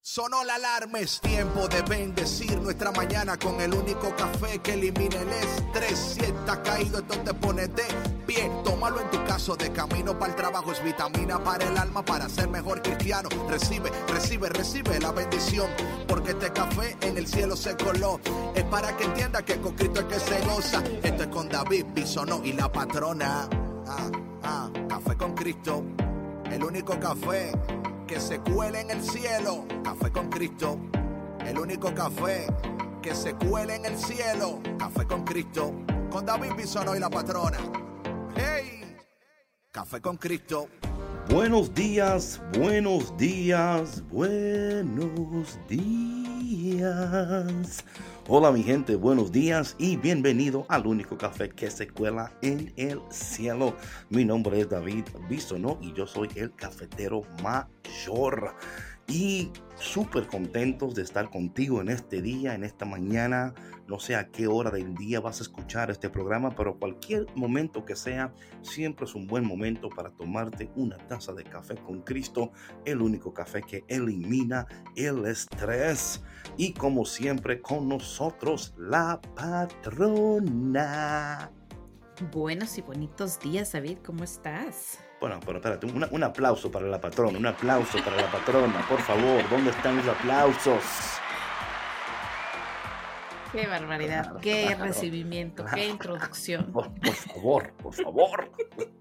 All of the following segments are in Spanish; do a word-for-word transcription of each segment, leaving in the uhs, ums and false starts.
Sonó la alarma, es tiempo de bendecir nuestra mañana con el único café que elimina el estrés. Si estás caído, entonces ponete pie. Tómalo en tu caso de camino para el trabajo. Es vitamina para el alma, para ser mejor cristiano. Recibe, recibe, recibe la bendición. Porque este café en el cielo se coló. Es para que entiendas que con Cristo es que se goza. Esto es con David Bisonó y la patrona. Ah, ah, café con Cristo. El único café que se cuele en el cielo. Café con Cristo. El único café que se cuele en el cielo. Café con Cristo. Con David Bisonó y la patrona. ¡Hey! Café con Cristo. Buenos días, buenos días, buenos días. Hola mi gente, buenos días y bienvenido al único café que se cuela en el cielo. Mi nombre es David Bisonó y yo soy el cafetero mayor. Y súper contentos de estar contigo en este día, en esta mañana. No sé a qué hora del día vas a escuchar este programa, pero cualquier momento que sea, siempre es un buen momento para tomarte una taza de café con Cristo, el único café que elimina el estrés. Y como siempre, con nosotros, la patrona. Buenos y bonitos días, David, ¿cómo estás? Bueno, pero espérate, un, un aplauso para la patrona, un aplauso para la patrona, por favor, ¿dónde están los aplausos? Qué barbaridad, claro, qué claro, recibimiento, claro, qué introducción. Por, por favor, por favor.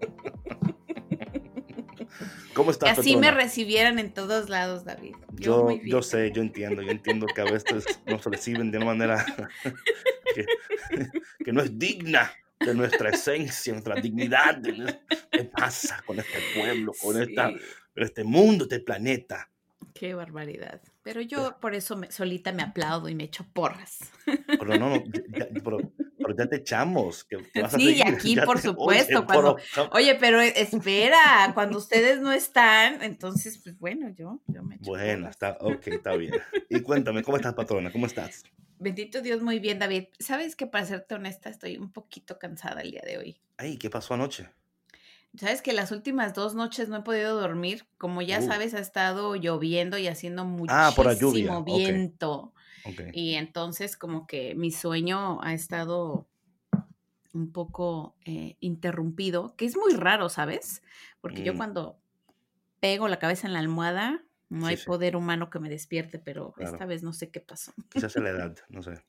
¿Cómo estás, que así patrona? me recibieran en todos lados, David. Yo, yo, yo sé, yo entiendo, yo entiendo que a veces nos reciben de una manera que, que no es digna de nuestra esencia, nuestra dignidad. ¿Qué pasa con este pueblo, con sí. esta, este mundo, este planeta? Qué barbaridad. Pero yo por eso me, solita me aplaudo y me echo porras. Pero no, no, ya, pero, pero ya te echamos. Que, que vas sí, a seguir, y aquí por te, supuesto. Oye, cuando, pero, oye, pero espera, cuando ustedes no están, entonces, pues bueno, yo, yo me echo Bueno, porras. está, ok, está bien. Y cuéntame, ¿cómo estás, patrona? ¿Cómo estás? Bendito Dios, muy bien, David. ¿Sabes que para serte honesta estoy un poquito cansada el día de hoy? Ay, ¿qué pasó anoche? Sabes que las últimas dos noches no he podido dormir. Como ya uh. sabes, ha estado lloviendo y haciendo muchísimo ah, por la lluvia. viento. Okay. Okay. Y entonces como que mi sueño ha estado un poco eh, interrumpido, que es muy raro, ¿sabes? Porque mm. yo cuando pego la cabeza en la almohada, no sí, hay sí. poder humano que me despierte, pero claro. esta vez no sé qué pasó. Quizás es la edad, no sé.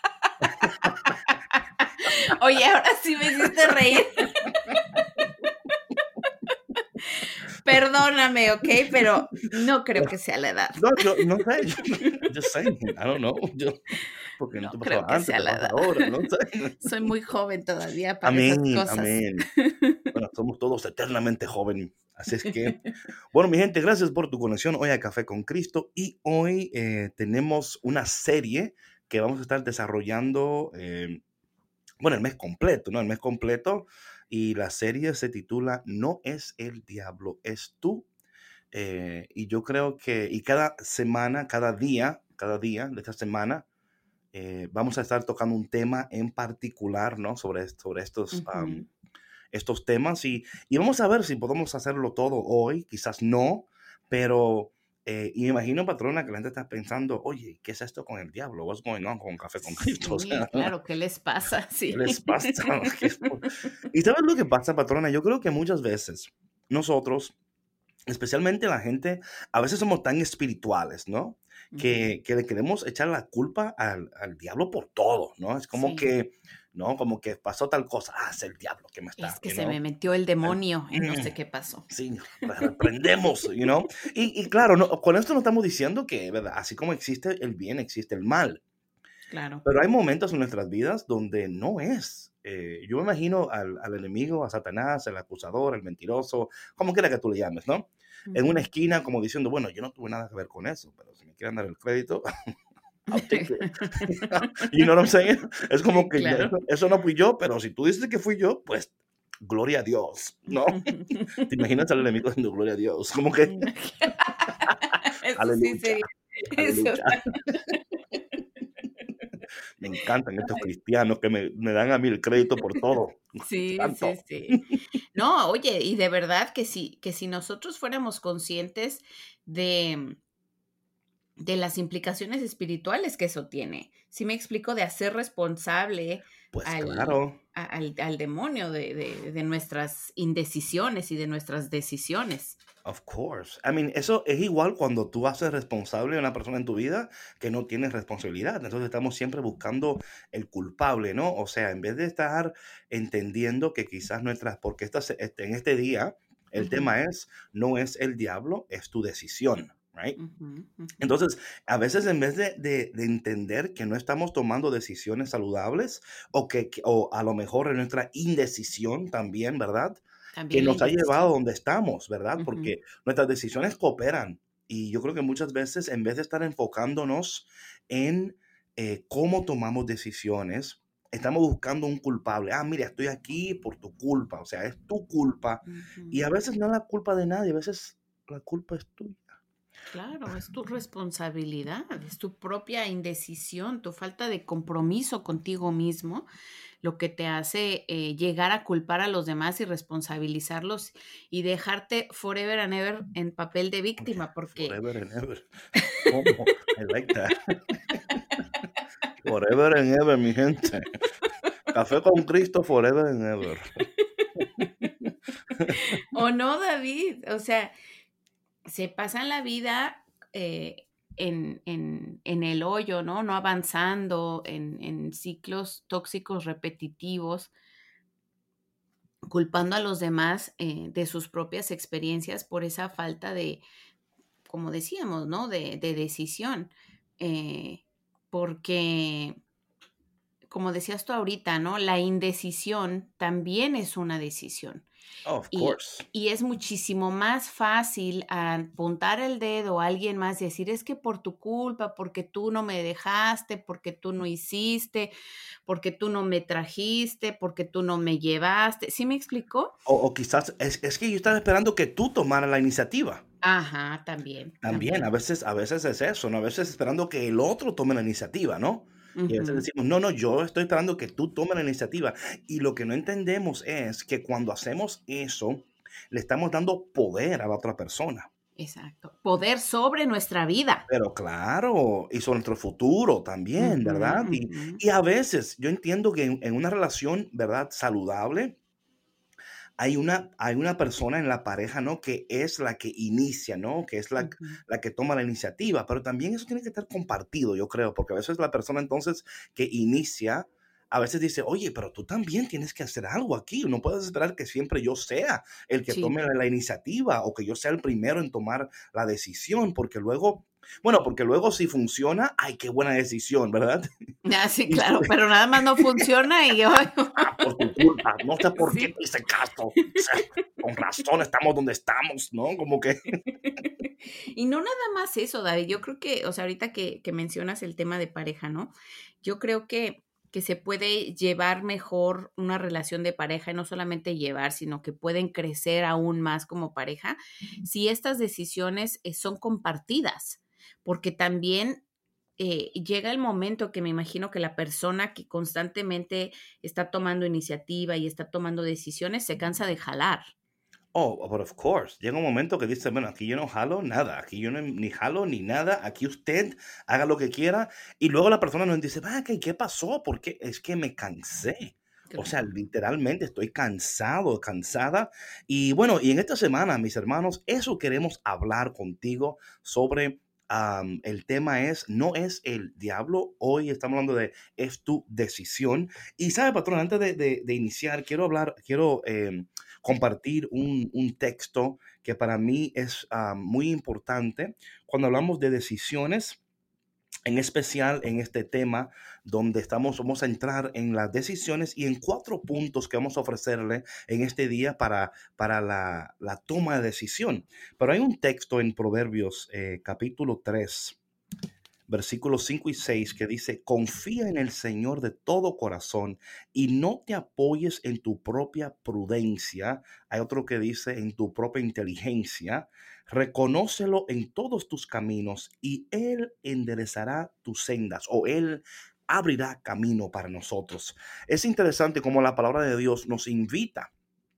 Oye, ahora sí me hiciste reír. Perdóname, ¿ok? Pero no creo que sea la edad. No, yo no sé. Yo, yo sé, I don't know. Yo, porque no, no te creo que antes, sea la edad. Ahora, no sé. Soy muy joven todavía para amén, esas cosas. Amén. Bueno, somos todos eternamente jóvenes. Así es que, bueno, mi gente, gracias por tu conexión hoy a Café con Cristo. Y hoy eh, tenemos una serie que vamos a estar desarrollando, eh, bueno, el mes completo, ¿no? El mes completo. Y la serie se titula No es el diablo, es tú. Eh, y yo creo que, y cada semana, cada día, cada día de esta semana, eh, vamos a estar tocando un tema en particular, ¿no? Sobre, sobre estos, uh-huh. um, estos temas. Y, y vamos a ver si podemos hacerlo todo hoy, quizás no, pero... Eh, y me imagino, patrona, que la gente está pensando, oye, ¿qué es esto con el diablo? What's going on con Café con Cristo? Sí, o sea, claro, ¿qué les pasa? Sí. ¿Qué les pasa? ¿Y sabes lo que pasa, patrona? Yo creo que muchas veces nosotros, especialmente la gente, a veces somos tan espirituales, ¿no? Que, uh-huh. que le queremos echar la culpa al, al diablo por todo, ¿no? Es como sí. que... ¿no? Como que pasó tal cosa, ah, es el diablo que me está... Es que you se know? me metió el demonio en no sé qué pasó. Sí, reprendemos, you know? Y, y claro, no, con esto no estamos diciendo que, ¿verdad? Así como existe el bien, existe el mal. Claro. Pero hay momentos en nuestras vidas donde no es. Eh, yo me imagino al, al enemigo, a Satanás, el acusador, el mentiroso, como quiera que tú le llames, ¿no? Uh-huh. En una esquina como diciendo, bueno, yo no tuve nada que ver con eso, pero si me quieren dar el crédito... I'll take it. You know what I'm saying? Es como que claro. eso, eso no fui yo, pero si tú dices que fui yo, pues gloria a Dios, ¿no? ¿Te imaginas al enemigo diciendo gloria a Dios? Como que eso aleluya, sí sería. Aleluya. Eso. Me encantan estos Ay. cristianos que me, me dan a mí el crédito por todo. Sí, Tanto. sí, sí. No, oye, y de verdad que sí, que si nosotros fuéramos conscientes de de las implicaciones espirituales que eso tiene. ¿Sí me explico? De hacer responsable Pues al, claro. a- al, al demonio de, de- de nuestras indecisiones y de nuestras decisiones. Of course. I mean, eso es igual cuando tú haces responsable a una persona en tu vida que no tiene responsabilidad. Entonces estamos siempre buscando el culpable, ¿no? O sea, en vez de estar entendiendo que quizás nuestras, porque esta se- este- en este día el Ujú, tema es, no es el diablo, es tu decisión, right? ujú, ujú. Entonces, a veces en vez de, de- de entender que no estamos tomando decisiones saludables o que, que- o a lo mejor en nuestra indecisión también, ¿verdad? Que También la nos ha llevado a indecisión. donde estamos, ¿verdad? Ujú, Porque nuestras decisiones cooperan. Y yo creo que muchas veces, en vez de estar enfocándonos en eh, cómo tomamos decisiones, estamos buscando un culpable. Ah, mira, estoy aquí por tu culpa. O sea, es tu culpa. Y ujú. a veces no es la culpa de nadie, a veces la culpa es tuya. Claro, es tu responsabilidad, es tu propia indecisión, tu falta de compromiso contigo mismo, lo que te hace eh, llegar a culpar a los demás y responsabilizarlos y dejarte forever and ever en papel de víctima, porque Forever and ever. ¿Cómo? I like that. Forever and ever, mi gente. Café con Cristo, forever and ever. o no, David, o sea, se pasan la vida eh, en, en- en el hoyo, ¿no? No avanzando en, en ciclos tóxicos repetitivos, culpando a los demás eh, de sus propias experiencias por esa falta de, como decíamos, ¿no? De, de decisión. Eh, porque, como decías tú ahorita, ¿no? La indecisión también es una decisión. Oh, of Y, course. y es muchísimo más fácil apuntar el dedo a alguien más y decir, es que por tu culpa, porque tú no me dejaste, porque tú no hiciste, porque tú no me trajiste, porque tú no me llevaste. ¿Sí me explicó? O, o quizás es, es que yo estaba esperando que tú tomaras la iniciativa. Ajá, también, También, a también. veces, a veces es eso, ¿no? A veces esperando que el otro tome la iniciativa, ¿no? Y a veces Ujú, decimos, no, no, yo estoy esperando que tú tomes la iniciativa. Y lo que no entendemos es que cuando hacemos eso, le estamos dando poder a la otra persona. exacto. Poder sobre nuestra vida. Pero claro, y sobre nuestro futuro también, Ujú, ¿verdad? Y, ujú, y a veces yo entiendo que en, en una relación, ¿verdad? Saludable, hay una, hay una persona en la pareja, ¿no? Que es la que inicia, ¿no? Que es la, ujú. la que toma la iniciativa, pero también eso tiene que estar compartido, yo creo, porque a veces la persona entonces que inicia, a veces dice, oye, pero tú también tienes que hacer algo aquí, no puedes esperar que siempre yo sea el que Sí. tome la, la iniciativa o que yo sea el primero en tomar la decisión, porque luego, bueno, porque luego si funciona, ay, qué buena decisión, ¿verdad? Ah, sí, Y si- claro, pero nada más no funciona y yo. Ah, por tu culpa, no sé por qué Sí. te hice caso. O sea, con razón estamos donde estamos, ¿no? Como que, Y no nada más eso, David. Yo creo que, o sea, ahorita que, que mencionas el tema de pareja, ¿no? Yo creo que, que se puede llevar mejor una relación de pareja y no solamente llevar, sino que pueden crecer aún más como pareja si estas decisiones eh, son compartidas, porque también eh, llega el momento que me imagino que la persona que constantemente está tomando iniciativa y está tomando decisiones se cansa de jalar. oh, but of course, llega un momento que dice, bueno, aquí yo no jalo nada, aquí yo no, ni jalo ni nada, aquí usted haga lo que quiera, y luego la persona nos dice, va, ¿qué, qué pasó? Porque es que me cansé. O sea, Claro. literalmente estoy cansado, cansada. Y bueno, y en esta semana, mis hermanos, eso queremos hablar contigo sobre, am, el tema es, no es el diablo, hoy estamos hablando de, es tu decisión. Y sabe, patrón, antes de, de- de iniciar, quiero hablar, quiero em, compartir un, un texto que para mí es ah, muy importante cuando hablamos de decisiones, en especial en este tema donde estamos, vamos a entrar en las decisiones y en cuatro puntos que vamos a ofrecerle en este día para, para la, la toma de decisión. Pero hay un texto en Proverbios eh, capítulo tres, versículos cinco y seis, que dice, confía en el Señor de todo corazón y no te apoyes en tu propia prudencia. Hay otro que dice, en tu propia inteligencia. Reconócelo en todos tus caminos y Él enderezará tus sendas, o Él abrirá camino para nosotros. Es interesante cómo la palabra de Dios nos invita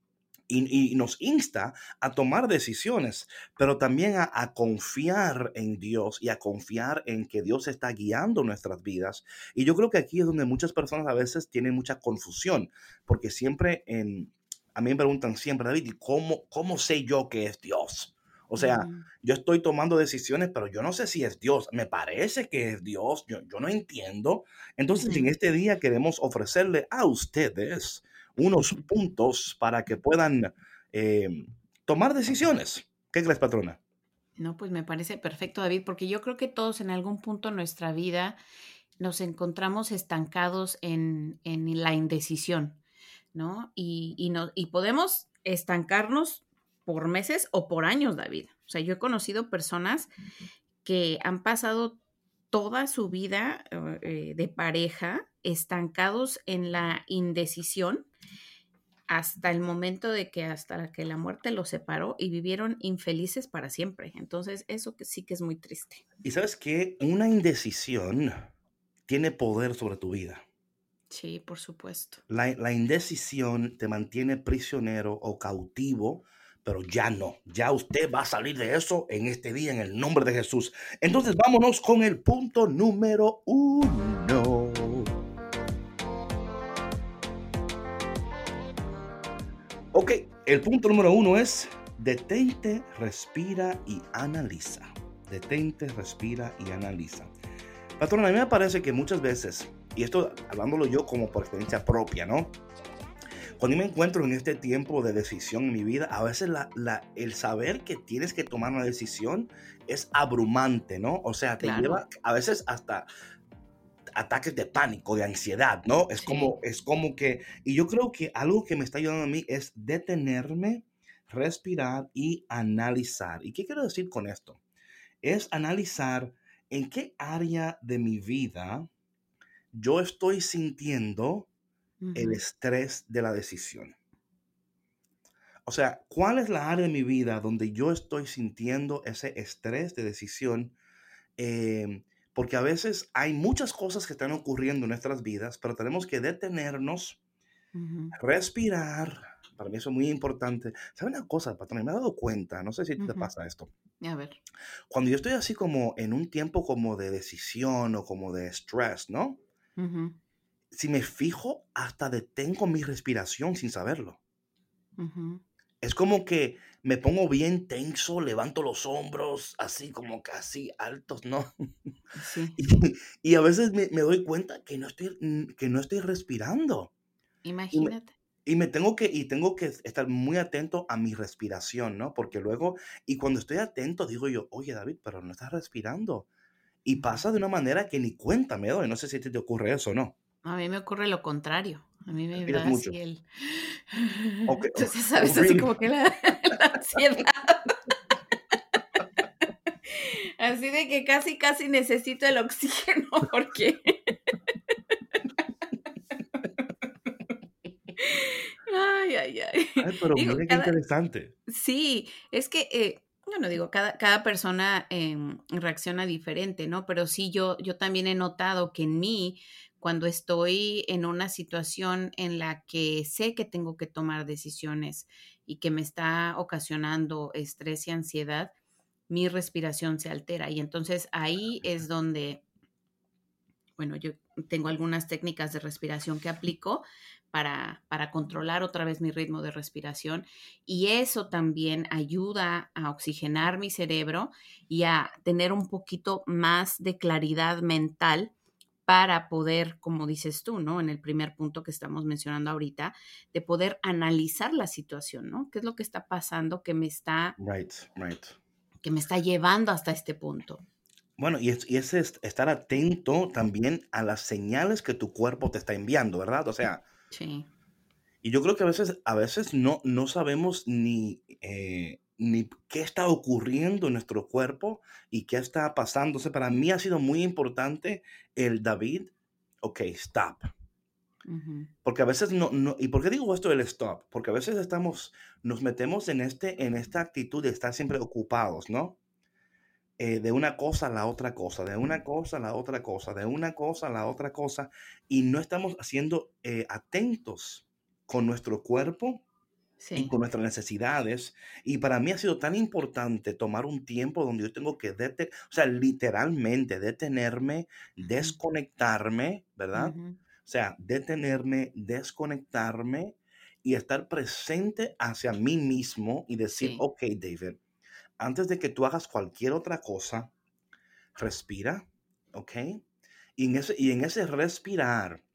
y, y nos insta a tomar decisiones, pero también a, a confiar en Dios y a confiar en que Dios está guiando nuestras vidas. Y yo creo que aquí es donde muchas personas a veces tienen mucha confusión, porque siempre en, a mí me preguntan siempre, David, ¿y cómo, cómo sé yo que es Dios? O sea, Ujú. yo estoy tomando decisiones, pero yo no sé si es Dios. Me parece que es Dios. Yo, yo no entiendo. Entonces, en Sí. este día queremos ofrecerle a ustedes unos puntos para que puedan eh, tomar decisiones. ¿Qué crees, patrona? No, pues me parece perfecto, David, porque yo creo que todos en algún punto de nuestra vida nos encontramos estancados en, en la indecisión, ¿no? Y, y, no, y podemos estancarnos por meses o por años, David. O sea, yo he conocido personas que han pasado toda su vida eh, de pareja estancados en la indecisión hasta el momento de que hasta que la muerte los separó y vivieron infelices para siempre. Entonces, eso que sí que es muy triste. Y sabes que una indecisión tiene poder sobre tu vida. Sí, por supuesto. La, la indecisión te mantiene prisionero o cautivo, pero ya no. Ya usted va a salir de eso en este día, en el nombre de Jesús. Entonces, vámonos con el punto número uno. Ok, el punto número uno es detente, respira y analiza. Detente, respira y analiza. Patrón, a mí me parece que muchas veces, y esto hablándolo yo como por experiencia propia, ¿no? Cuando yo me encuentro en este tiempo de decisión en mi vida, a veces la, la, el saber que tienes que tomar una decisión es abrumante, ¿no? O sea, te Claro. lleva a veces hasta ataques de pánico, de ansiedad, ¿no? Es Sí. como, es como que, y yo creo que algo que me está ayudando a mí es detenerme, respirar y analizar. ¿Y qué quiero decir con esto? Es analizar en qué área de mi vida yo estoy sintiendo el Ujú. estrés de la decisión. O sea, ¿cuál es la área de mi vida donde yo estoy sintiendo ese estrés de decisión? Eh, porque a veces hay muchas cosas que están ocurriendo en nuestras vidas, pero tenemos que detenernos, Ujú. respirar. Para mí eso es muy importante. ¿Sabe una cosa, patrón? Me he dado cuenta, no sé si te Ujú. pasa esto. A ver. Cuando yo estoy así como en un tiempo como de decisión o como de estrés, ¿no? Ujú. Si me fijo, hasta detengo mi respiración sin saberlo. Ujú. Es como que me pongo bien tenso, levanto los hombros, así como que así altos, ¿no? Sí, Y, sí. y a veces me, me doy cuenta que no estoy, mm, que no estoy respirando. Y me, Imagínate. y me tengo que, y tengo que estar muy atento a mi respiración, ¿no? Porque luego, y cuando estoy atento, digo yo, oye, David, pero no estás respirando. Y Ujú. pasa de una manera que ni cuenta me doy. No sé si te, te ocurre eso o no. A mí me ocurre lo contrario. A mí me Respiras da mucho. así el... Ok, Entonces, ¿sabes? Así horrible. como que la, la ansiedad. Así de que casi, casi necesito el oxígeno porque... Ay, ay, ay. Ay, pero Digo, mira qué cada... interesante. Sí, es que, eh, bueno, digo, cada, cada persona em, reacciona diferente, ¿no? Pero sí, yo, yo también he notado que en mí, cuando estoy en una situación en la que sé que tengo que tomar decisiones y que me está ocasionando estrés y ansiedad, mi respiración se altera. Y entonces ahí es donde, bueno, yo tengo algunas técnicas de respiración que aplico para, para controlar otra vez mi ritmo de respiración y eso también ayuda a oxigenar mi cerebro y a tener un poquito más de claridad mental para poder, como dices tú, ¿no? En el primer punto que estamos mencionando ahorita, de poder analizar la situación, ¿no? ¿Qué es lo que está pasando que me está, Right, right. que me está llevando hasta este punto? Bueno, y es, y es est- estar atento también a las señales que tu cuerpo te está enviando, ¿verdad? O sea, Sí. y yo creo que a veces, a veces no, no sabemos ni, eh, ni qué está ocurriendo en nuestro cuerpo y qué está pasando. O sea, para mí ha sido muy importante el David, ok, stop. Ujú. Porque a veces no, no, ¿y por qué digo esto del stop? Porque a veces estamos, nos metemos en este, en esta actitud de estar siempre ocupados, ¿no? Eh, de una cosa a la otra cosa, de una cosa a la otra cosa, de una cosa a la otra cosa, y no estamos haciendo eh, atentos con nuestro cuerpo y Sí. con nuestras necesidades. Y para mí ha sido tan importante tomar un tiempo donde yo tengo que, dete- o sea, literalmente detenerme, Ujú, desconectarme, ¿verdad? ujú. O sea, detenerme, desconectarme y estar presente hacia mí mismo y decir, Sí, ok, David, antes de que tú hagas cualquier otra cosa, respira, ¿ok? Y en ese, y en ese respirar,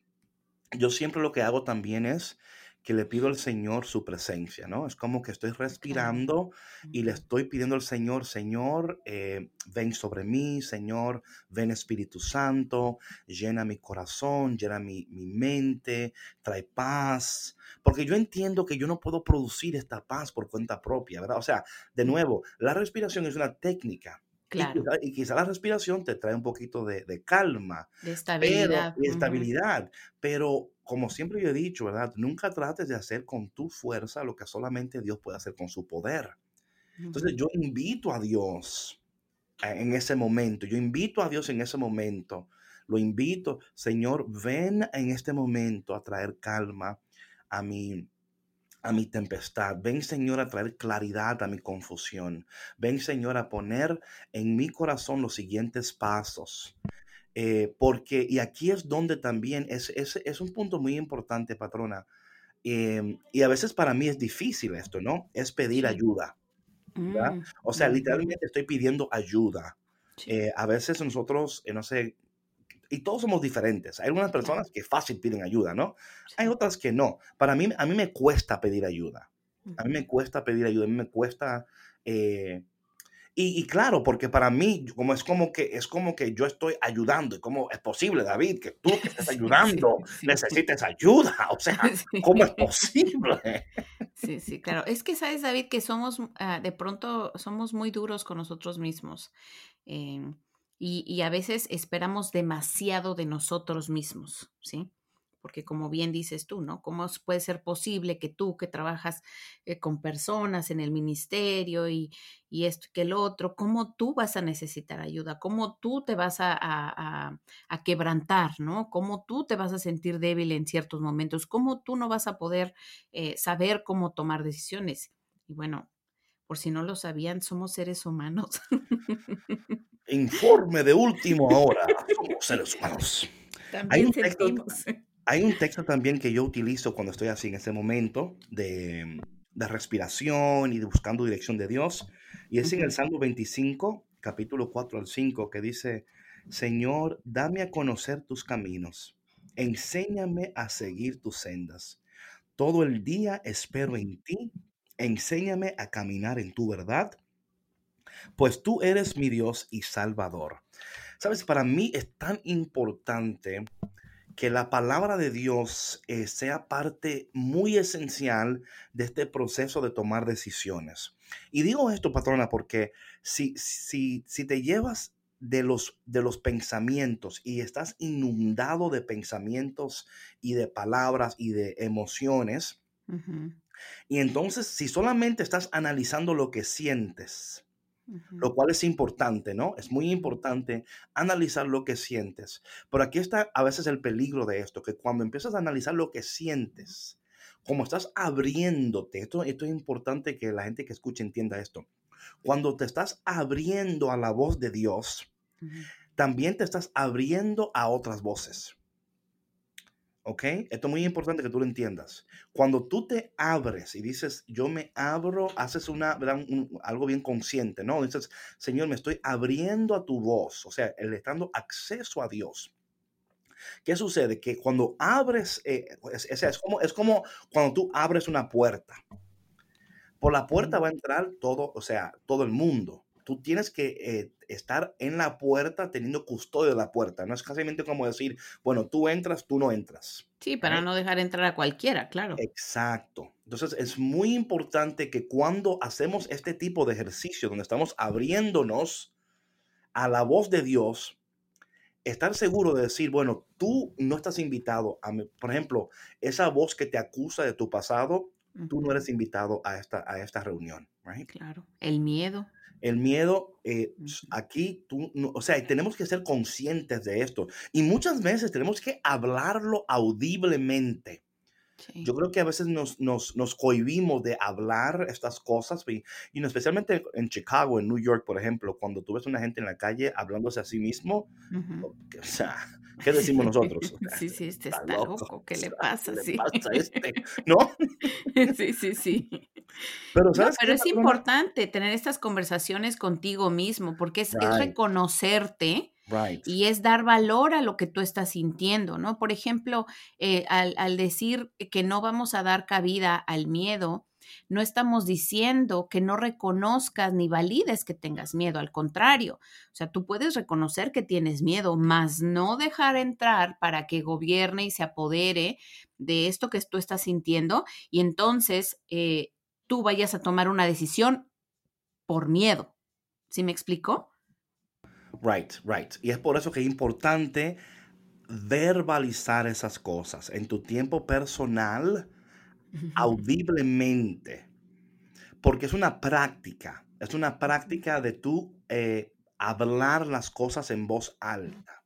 yo siempre lo que hago también es que le pido al Señor su presencia, ¿no? Es como que estoy claro. respirando y le Ujú. estoy pidiendo al Señor, Señor, eh, ven sobre mí, Señor, ven Espíritu Santo, llena mi corazón, llena mi, mi mente, trae paz, porque yo entiendo que yo no puedo producir esta paz por cuenta propia, ¿verdad? O sea, de Mm, nuevo, la respiración es una técnica. Y claro, quizá, y quizá la respiración te trae un poquito de, de calma, de pero, estabilidad. y Ujú, estabilidad, pero como siempre yo he dicho, ¿verdad? Nunca trates de hacer con tu fuerza lo que solamente Dios puede hacer con su poder. Entonces ujú. yo invito a Dios a- en ese momento, yo invito a Dios en ese momento, lo invito, Señor, ven en este momento a traer calma a mi, a mi tempestad. Ven, Señor, a traer claridad a mi confusión. Ven, Señor, a poner en mi corazón los siguientes pasos. Eh, porque, y aquí es donde también es, es, es un punto muy importante, patrona. Em, y a veces para mí es difícil esto, ¿no? Es pedir Sí. ayuda, ¿verdad? Mm, O sea, ujú. literalmente estoy pidiendo ayuda. Sí, Eh, a veces nosotros, eh, no sé, y todos somos diferentes. Hay algunas claro. personas que fácil piden ayuda, ¿no? Hay Sí. otras que no. Para mí, a mí me cuesta pedir ayuda. A mí Ujú. me cuesta pedir ayuda, a mí me cuesta eh, y, y claro, porque para mí, como es como que es como que yo estoy ayudando. ¿Y cómo es posible, David, que tú que estás Sí, sí, ayudando sí. necesites ayuda? O sea, ¿cómo es Sí. posible? Sí, sí, claro. Es que sabes, David, que somos, mm, ah, de pronto somos muy duros con nosotros mismos. em, y, y a veces esperamos demasiado de nosotros mismos, ¿sí? Porque como bien dices tú, ¿no? ¿Cómo es- puede ser posible que tú que trabajas eh, con personas en el ministerio y, y esto y que el otro, cómo tú vas a necesitar ayuda? ¿Cómo tú te vas a, a- a- a quebrantar, ¿no? ¿Cómo tú te vas a sentir débil en ciertos momentos? ¿Cómo tú no vas a poder eh, saber cómo tomar decisiones? Y bueno, por si no lo sabían, somos seres humanos. Informe de última hora. Somos seres humanos. Hay También un texto, sentimos. hay un texto también que yo utilizo cuando estoy así en ese momento de, de respiración y de buscando dirección de Dios. Y es en el Ujú. Salmo veinticinco, capítulo cuatro al cinco, que dice, Señor, dame a conocer tus caminos, enséñame a seguir tus sendas. Todo el día espero en ti, enséñame a caminar en tu verdad, pues tú eres mi Dios y Salvador. Sabes, para mí es tan importante que la palabra de Dios eh, sea parte muy esencial de este proceso de tomar decisiones. Y digo esto, patrona, porque si, si, si te llevas de los, de los pensamientos y estás inundado de pensamientos y de palabras y de emociones, Ujú, y entonces si solamente estás analizando lo que sientes, ujú, lo cual es importante, ¿no? Es muy ujú, importante analizar lo que sientes. Pero aquí está a veces el peligro de esto, que cuando empiezas a analizar lo que sientes, como estás abriéndote, esto, esto es importante que la gente que escuche entienda esto. Cuando te estás abriendo a la voz de Dios, ujú. también te estás abriendo a otras voces. ¿Ok? Esto es muy Mm, importante que tú lo entiendas. Cuando tú te abres y dices, yo me abro, haces una, ¿verdad? Un- un- algo bien consciente, ¿no? Dices, Señor, me estoy abriendo a tu voz, o sea, le estás dando acceso a Dios. ¿Qué sucede? Que cuando abres, eh, es, es- es como, es como cuando tú abres una puerta. Por la puerta ujú. va a entrar todo, o sea, todo el mundo. Tú tienes que eh, estar en la puerta teniendo custodio de la puerta. No es casi como decir, bueno, tú entras, tú no entras. Sí, para Right? no dejar entrar a cualquiera, claro. Exacto. Entonces es muy importante que cuando hacemos este tipo de ejercicio, donde estamos abriéndonos a la voz de Dios, estar seguro de decir, bueno, tú no estás invitado a, me- por ejemplo, esa voz que te acusa de tu pasado, tú no Ujú, eres invitado a esta, a esta reunión, right? claro. El miedo. El miedo, eh, s- Ujú, aquí, tú, no- o sea, tenemos que ser conscientes de esto y muchas veces tenemos que hablarlo audiblemente. Yo Sí. creo que a veces nos, nos, nos cohibimos de hablar estas cosas, y, y no, especialmente en Chicago, en New York, por ejemplo, cuando tú ves una gente en la calle hablándose a sí mismo, Ujú. o que- o sea, ¿qué decimos nosotros? O sea, Sí, sí, este está está loco, loco, o ¿qué le sea, ¿qué pasa? le Sí. pasa a este? ¿No? Sí, sí, sí. Pero No, ¿sabes pero qué, es patrona? importante tener estas conversaciones contigo mismo, porque es es Right, reconocerte right. y es dar valor a lo que tú estás sintiendo, ¿no? Por ejemplo, eh, al al decir que no vamos a dar cabida al miedo, no estamos diciendo que no reconozcas ni valides que tengas miedo, al contrario. O sea, tú puedes reconocer que tienes miedo, mas no dejar entrar para que gobierne y se apodere de esto que tú estás sintiendo, y entonces, eh, tú vayas a tomar una decisión por miedo, ¿sí me explico? Right, right. Y es por eso que es importante verbalizar esas cosas en tu tiempo personal, audiblemente, porque es una práctica, es una práctica de tú eh, hablar las cosas en voz alta.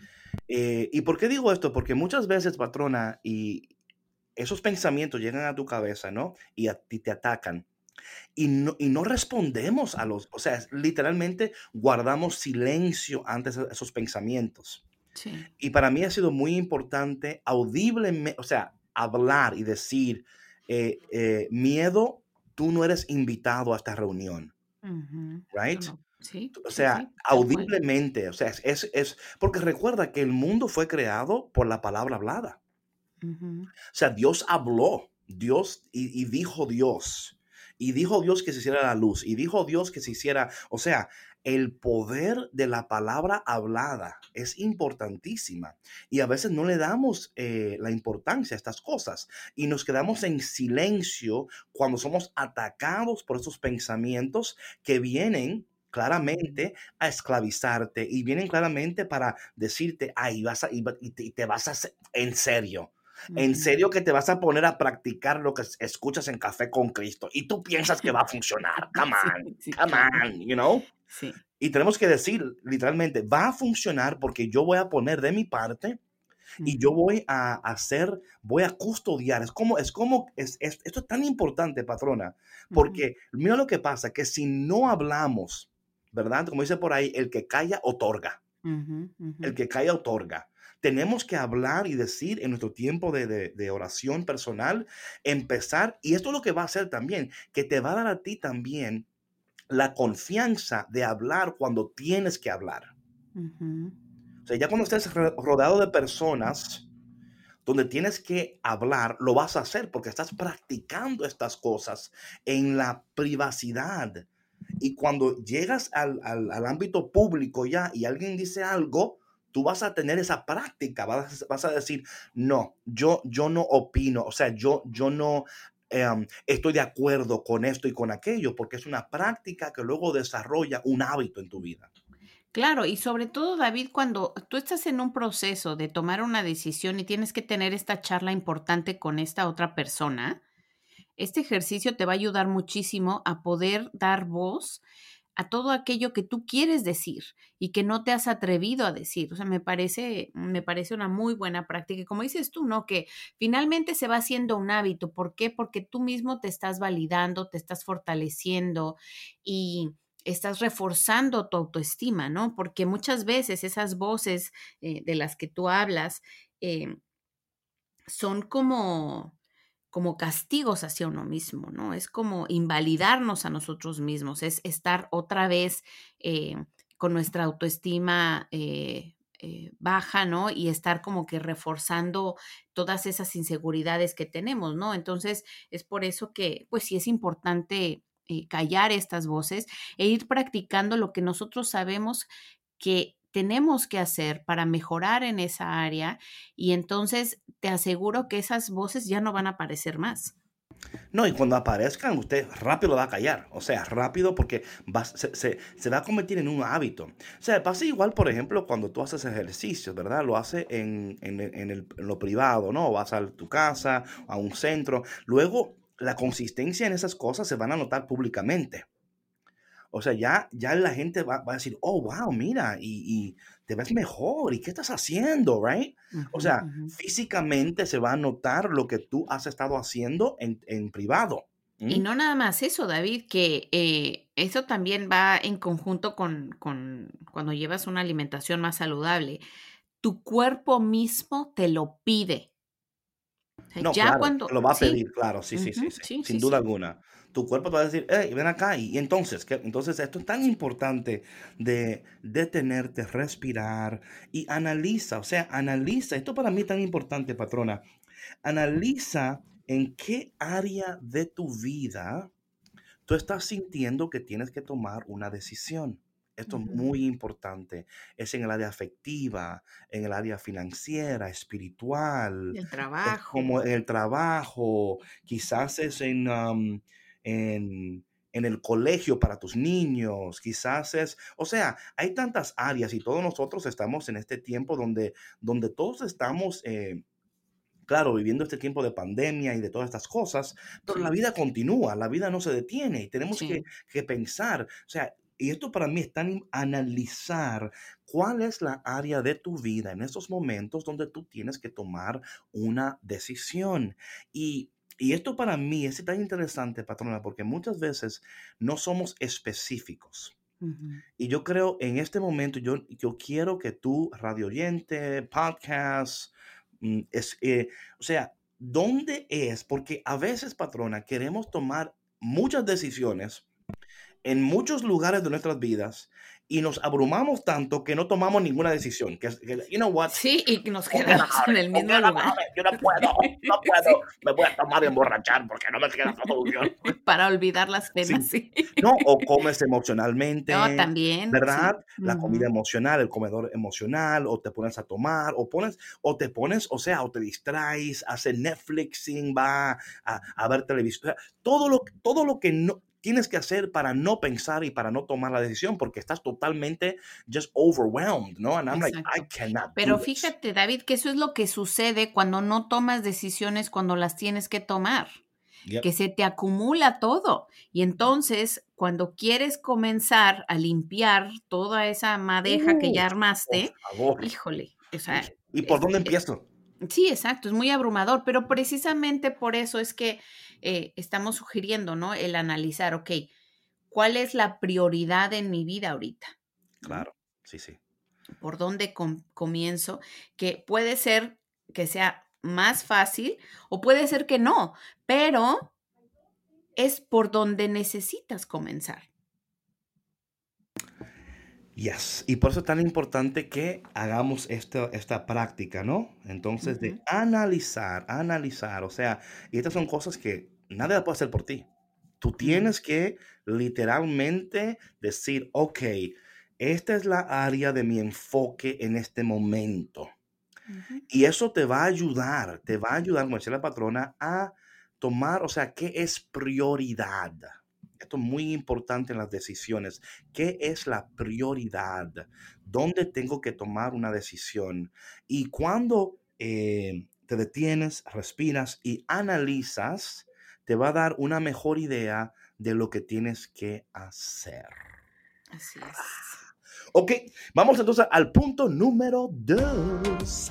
Eh, ¿y por qué digo esto? Porque muchas veces, patrona, y esos pensamientos llegan a tu cabeza, ¿no? Y a ti te atacan. Y no, y no respondemos a los, o sea, literalmente guardamos silencio ante esos esos pensamientos. Sí. Y para mí ha sido muy importante audiblemente, o sea, hablar y decir, eh, eh, miedo, tú no eres invitado a esta reunión, Ujú. Tú right? no. Sí, O sí, sea, sí, tal cual. audiblemente, o sea, es, es, es- porque recuerda que el mundo fue creado por la palabra hablada. Ujú, O sea, Dios habló, Dios, y, y dijo Dios, y dijo Dios que se hiciera la luz, y dijo Dios que se hiciera, o sea, el poder de la palabra hablada es importantísima, y a veces no le damos eh, la importancia a estas cosas, y nos quedamos en silencio cuando somos atacados por esos pensamientos que vienen ujú, claramente a esclavizarte, y vienen claramente para decirte, ay, vas a, y va- y te, y te vas a hacer en serio. En ujú. serio que te vas a poner a practicar lo que es- escuchas en Café con Cristo y tú piensas que va a funcionar. Come Sí, on, sí, come claro. on, you know? Sí. Y tenemos que decir literalmente, va a funcionar porque yo voy a poner de mi parte y yo Ujú, voy a hacer, voy a custodiar. Es como, es como, es, es- esto es tan importante, patrona, ujú, porque mira lo que pasa, que si no hablamos, ¿verdad? Como dice por ahí, el que calla otorga. ujú, ujú, El que calla otorga. Tenemos que hablar y decir en nuestro tiempo de, de- de oración personal, empezar, y esto es lo que va a hacer también, que te va a dar a ti también la confianza de hablar cuando tienes que hablar. ujú, O sea, ya cuando estés ro- rodeado de personas donde tienes que hablar, lo vas a hacer porque estás practicando estas cosas en la privacidad. Y cuando llegas al, al- al ámbito público ya y alguien dice algo, tú vas a tener esa práctica, vas, vas a decir, no, yo, yo no opino, o sea, yo, yo no em, estoy de acuerdo con esto y con aquello, porque es una práctica que luego desarrolla un hábito en tu vida. Claro, y sobre todo, David, cuando tú estás en un proceso de tomar una decisión y tienes que tener esta charla importante con esta otra persona, este ejercicio te va a ayudar muchísimo a poder dar voz a todo aquello que tú quieres decir y que no te has atrevido a decir. O sea, me parece, me parece una muy buena práctica. Y como dices tú, ¿no? Que finalmente se va haciendo un hábito. ¿Por qué? Porque tú mismo te estás validando, te estás fortaleciendo y estás reforzando tu autoestima, ¿no? Porque muchas veces esas voces eh, de las que tú hablas eh, son como como castigos hacia uno mismo, ¿no? Es como invalidarnos a nosotros mismos, es estar otra vez eh, con nuestra autoestima eh, eh, baja, ¿no? Y estar como que reforzando todas esas inseguridades que tenemos, ¿no? Entonces, es por eso que, pues sí es importante eh, callar estas voces e ir practicando lo que nosotros sabemos que tenemos que hacer para mejorar en esa área y entonces te aseguro que esas voces ya no van a aparecer más. No, y cuando aparezcan, usted rápido lo va a callar. O sea, rápido porque va- se, se- se va a convertir en un hábito. O sea, pasa igual, por ejemplo, cuando tú haces ejercicios, ¿verdad? Lo haces en, en el- en el- en lo privado, ¿no? Vas a tu casa, a un centro. Luego, la consistencia en esas cosas se van a notar públicamente. O sea, ya, ya la gente va, va a decir, oh, wow, mira, y, y te ves mejor. ¿Y qué estás haciendo, right? Ujú, O sea, ujú. físicamente se va a notar lo que tú has estado haciendo en, en privado. Y ¿Mm? no nada más eso, David, que eh, eso también va en conjunto con, con cuando llevas una alimentación más saludable. Tu cuerpo mismo te lo pide. O sea, No, ya claro, te cuando, lo va a sí, pedir, claro, sí, sí, sí, ujú, sí, sí, sin sí, duda sí, alguna. Tu cuerpo te va a decir, hey, ven acá. Y entonces, ¿qué? Entonces esto es tan importante de detenerte, respirar y analiza, o sea, analiza. Esto para mí es tan importante, patrona. Analiza en qué área de tu vida tú estás sintiendo que tienes que tomar una decisión. Esto es ujú. muy importante. Es en el área afectiva, en el área financiera, espiritual, El es trabajo, como en el trabajo, quizás es en, am, en, en el colegio para tus niños, quizás es, o sea, hay tantas áreas y todos nosotros estamos en este tiempo donde, donde todos estamos, eh, claro, viviendo este tiempo de pandemia y de todas estas cosas, pero la sí, vida continúa, la vida no se detiene y tenemos que, sí. que pensar, o sea, y esto para mí es tan im- analizar cuál es la área de tu vida en esos momentos donde tú tienes que tomar una decisión. Y, y esto para mí es tan interesante, patrona, porque muchas veces no somos específicos. Ujú. Y yo creo en este momento, yo, yo quiero que tú, radio oyente, podcast, mm, es, eh, o sea, ¿dónde es? Porque a veces, patrona, queremos tomar muchas decisiones en muchos lugares de nuestras vidas y nos abrumamos tanto que no tomamos ninguna decisión. Que, es- que, you know what? Sí, y que nos Forget quedamos about en it, el mismo forget lugar. about it. Yo no puedo, no puedo. Sí, Me voy a tomar y emborrachar porque no me queda otra solución. para olvidar las penas, Sí. sí. No, o comes No, emocionalmente, también, ¿verdad? sí. La comida Ujú. emocional, el comedor emocional, o te pones a tomar, o pones, o te pones, o sea, o te distraes, haces Netflixing, va a, a ver televisión. O sea, todo lo, todo lo que no tienes que hacer para no pensar y para no tomar la decisión, porque estás totalmente just overwhelmed, ¿no? And I'm like, I Exacto. cannot do Pero this. fíjate, David, que eso es lo que sucede cuando no tomas decisiones cuando las tienes que tomar, Yep. que se te acumula todo. Y entonces, cuando quieres comenzar a limpiar toda esa madeja que Uh, ya por armaste, favor. híjole, o ¿Y, sea, y por es, dónde eh, empiezo? sí, exacto, es muy abrumador, pero precisamente por eso es que eh, estamos sugiriendo, ¿no? El analizar, ok, ¿cuál es la prioridad en mi vida ahorita? ¿No? Claro, sí, sí. ¿Por dónde com- comienzo? Que puede ser que sea más fácil o puede ser que no, pero es por donde necesitas comenzar. Yes, y por eso es tan importante que hagamos esta, esta práctica, ¿no? Entonces, de Ujú, analizar, analizar, o sea, y estas son cosas que nadie puede hacer por ti. Tú no, tienes que literalmente decir, ok, esta es la área de mi enfoque en este momento. ujú, Y eso te va a ayudar, te va a ayudar, como decía la patrona, a tomar, o sea, ¿qué es prioridad? Esto es muy importante en las decisiones. ¿Qué es la prioridad? ¿Dónde tengo que tomar una decisión? Y cuando eh, te detienes, respiras y analizas, te va a dar una mejor idea de lo que tienes que hacer. así es. Ok, vamos entonces al punto número dos.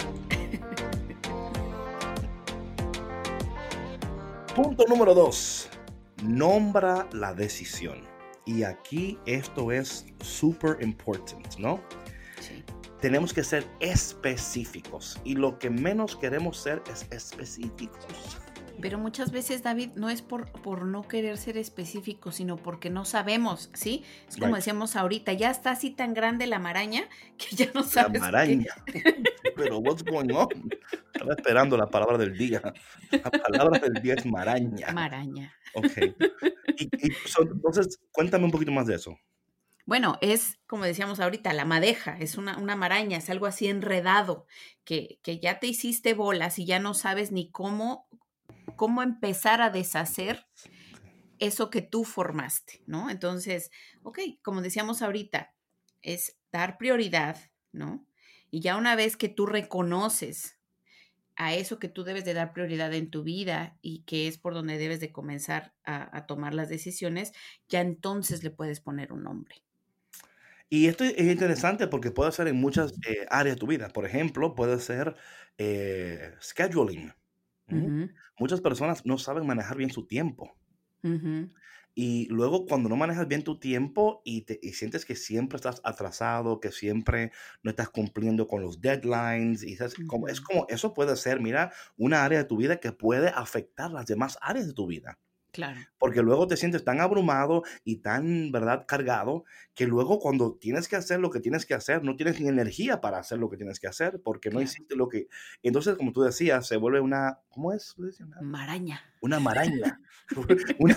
Punto número dos. Nombra la decisión. Y aquí esto es super important, ¿no? Sí. Tenemos que ser específicos. Y lo que menos queremos ser es específicos. Pero muchas veces, David, no es por, por no querer ser específico, sino porque no sabemos, ¿sí? Es como Right. decíamos ahorita, ya está así tan grande la maraña que ya no La sabes qué. maraña. Pero what's going on? Estaba esperando la palabra del día. La palabra del día es maraña. Maraña. Ok. Y, y so, entonces, cuéntame un poquito más de eso. Bueno, es, como decíamos ahorita, la madeja, es una, una maraña, es algo así enredado, que, que ya te hiciste bolas y ya no sabes ni cómo, cómo empezar a deshacer eso que tú formaste, ¿no? Entonces, ok, como decíamos ahorita, es dar prioridad, ¿no? Y ya una vez que tú reconoces a eso que tú debes de dar prioridad en tu vida y que es por donde debes de comenzar a, a tomar las decisiones, ya entonces le puedes poner un nombre. Y esto es interesante porque puede ser en muchas eh, áreas de tu vida. Por ejemplo, puede ser eh, scheduling. ¿Mm? Ujú, Muchas personas no saben manejar bien su tiempo. ujú, Y luego cuando no manejas bien tu tiempo y, te, y sientes que siempre estás atrasado, que siempre no estás cumpliendo con los deadlines, y sabes, como, es ujú. como eso puede ser, mira, una área de tu vida que puede afectar las demás áreas de tu vida. Claro, Porque luego te sientes tan abrumado y tan, ¿verdad?, cargado, que luego cuando tienes que hacer lo que tienes que hacer, no tienes ni energía para hacer lo que tienes que hacer, porque no claro. hiciste lo que... Entonces, como tú decías, se vuelve una... ¿Cómo es? ¿Tú decías? Una, Maraña. una maraña. Una,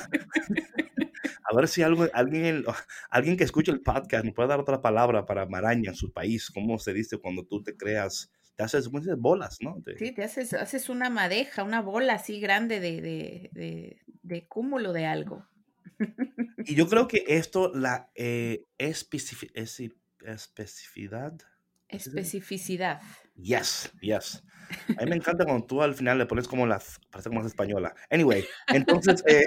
a ver si algo, alguien, en- alguien que escuche el podcast me puede dar otra palabra para maraña en su país. ¿Cómo se dice cuando tú te creas, te haces, ¿cómo se dice? Bolas, ¿no? Sí, Te- te haces, haces una madeja, una bola así grande de, de, de, de cúmulo de algo. y yo creo que esto, la eh, especifi- esi- especificidad, ¿así se dice? Especificidad. Yes, yes. A mí me encanta cuando tú al final le pones como las, parece como más española. Anyway, entonces, eh,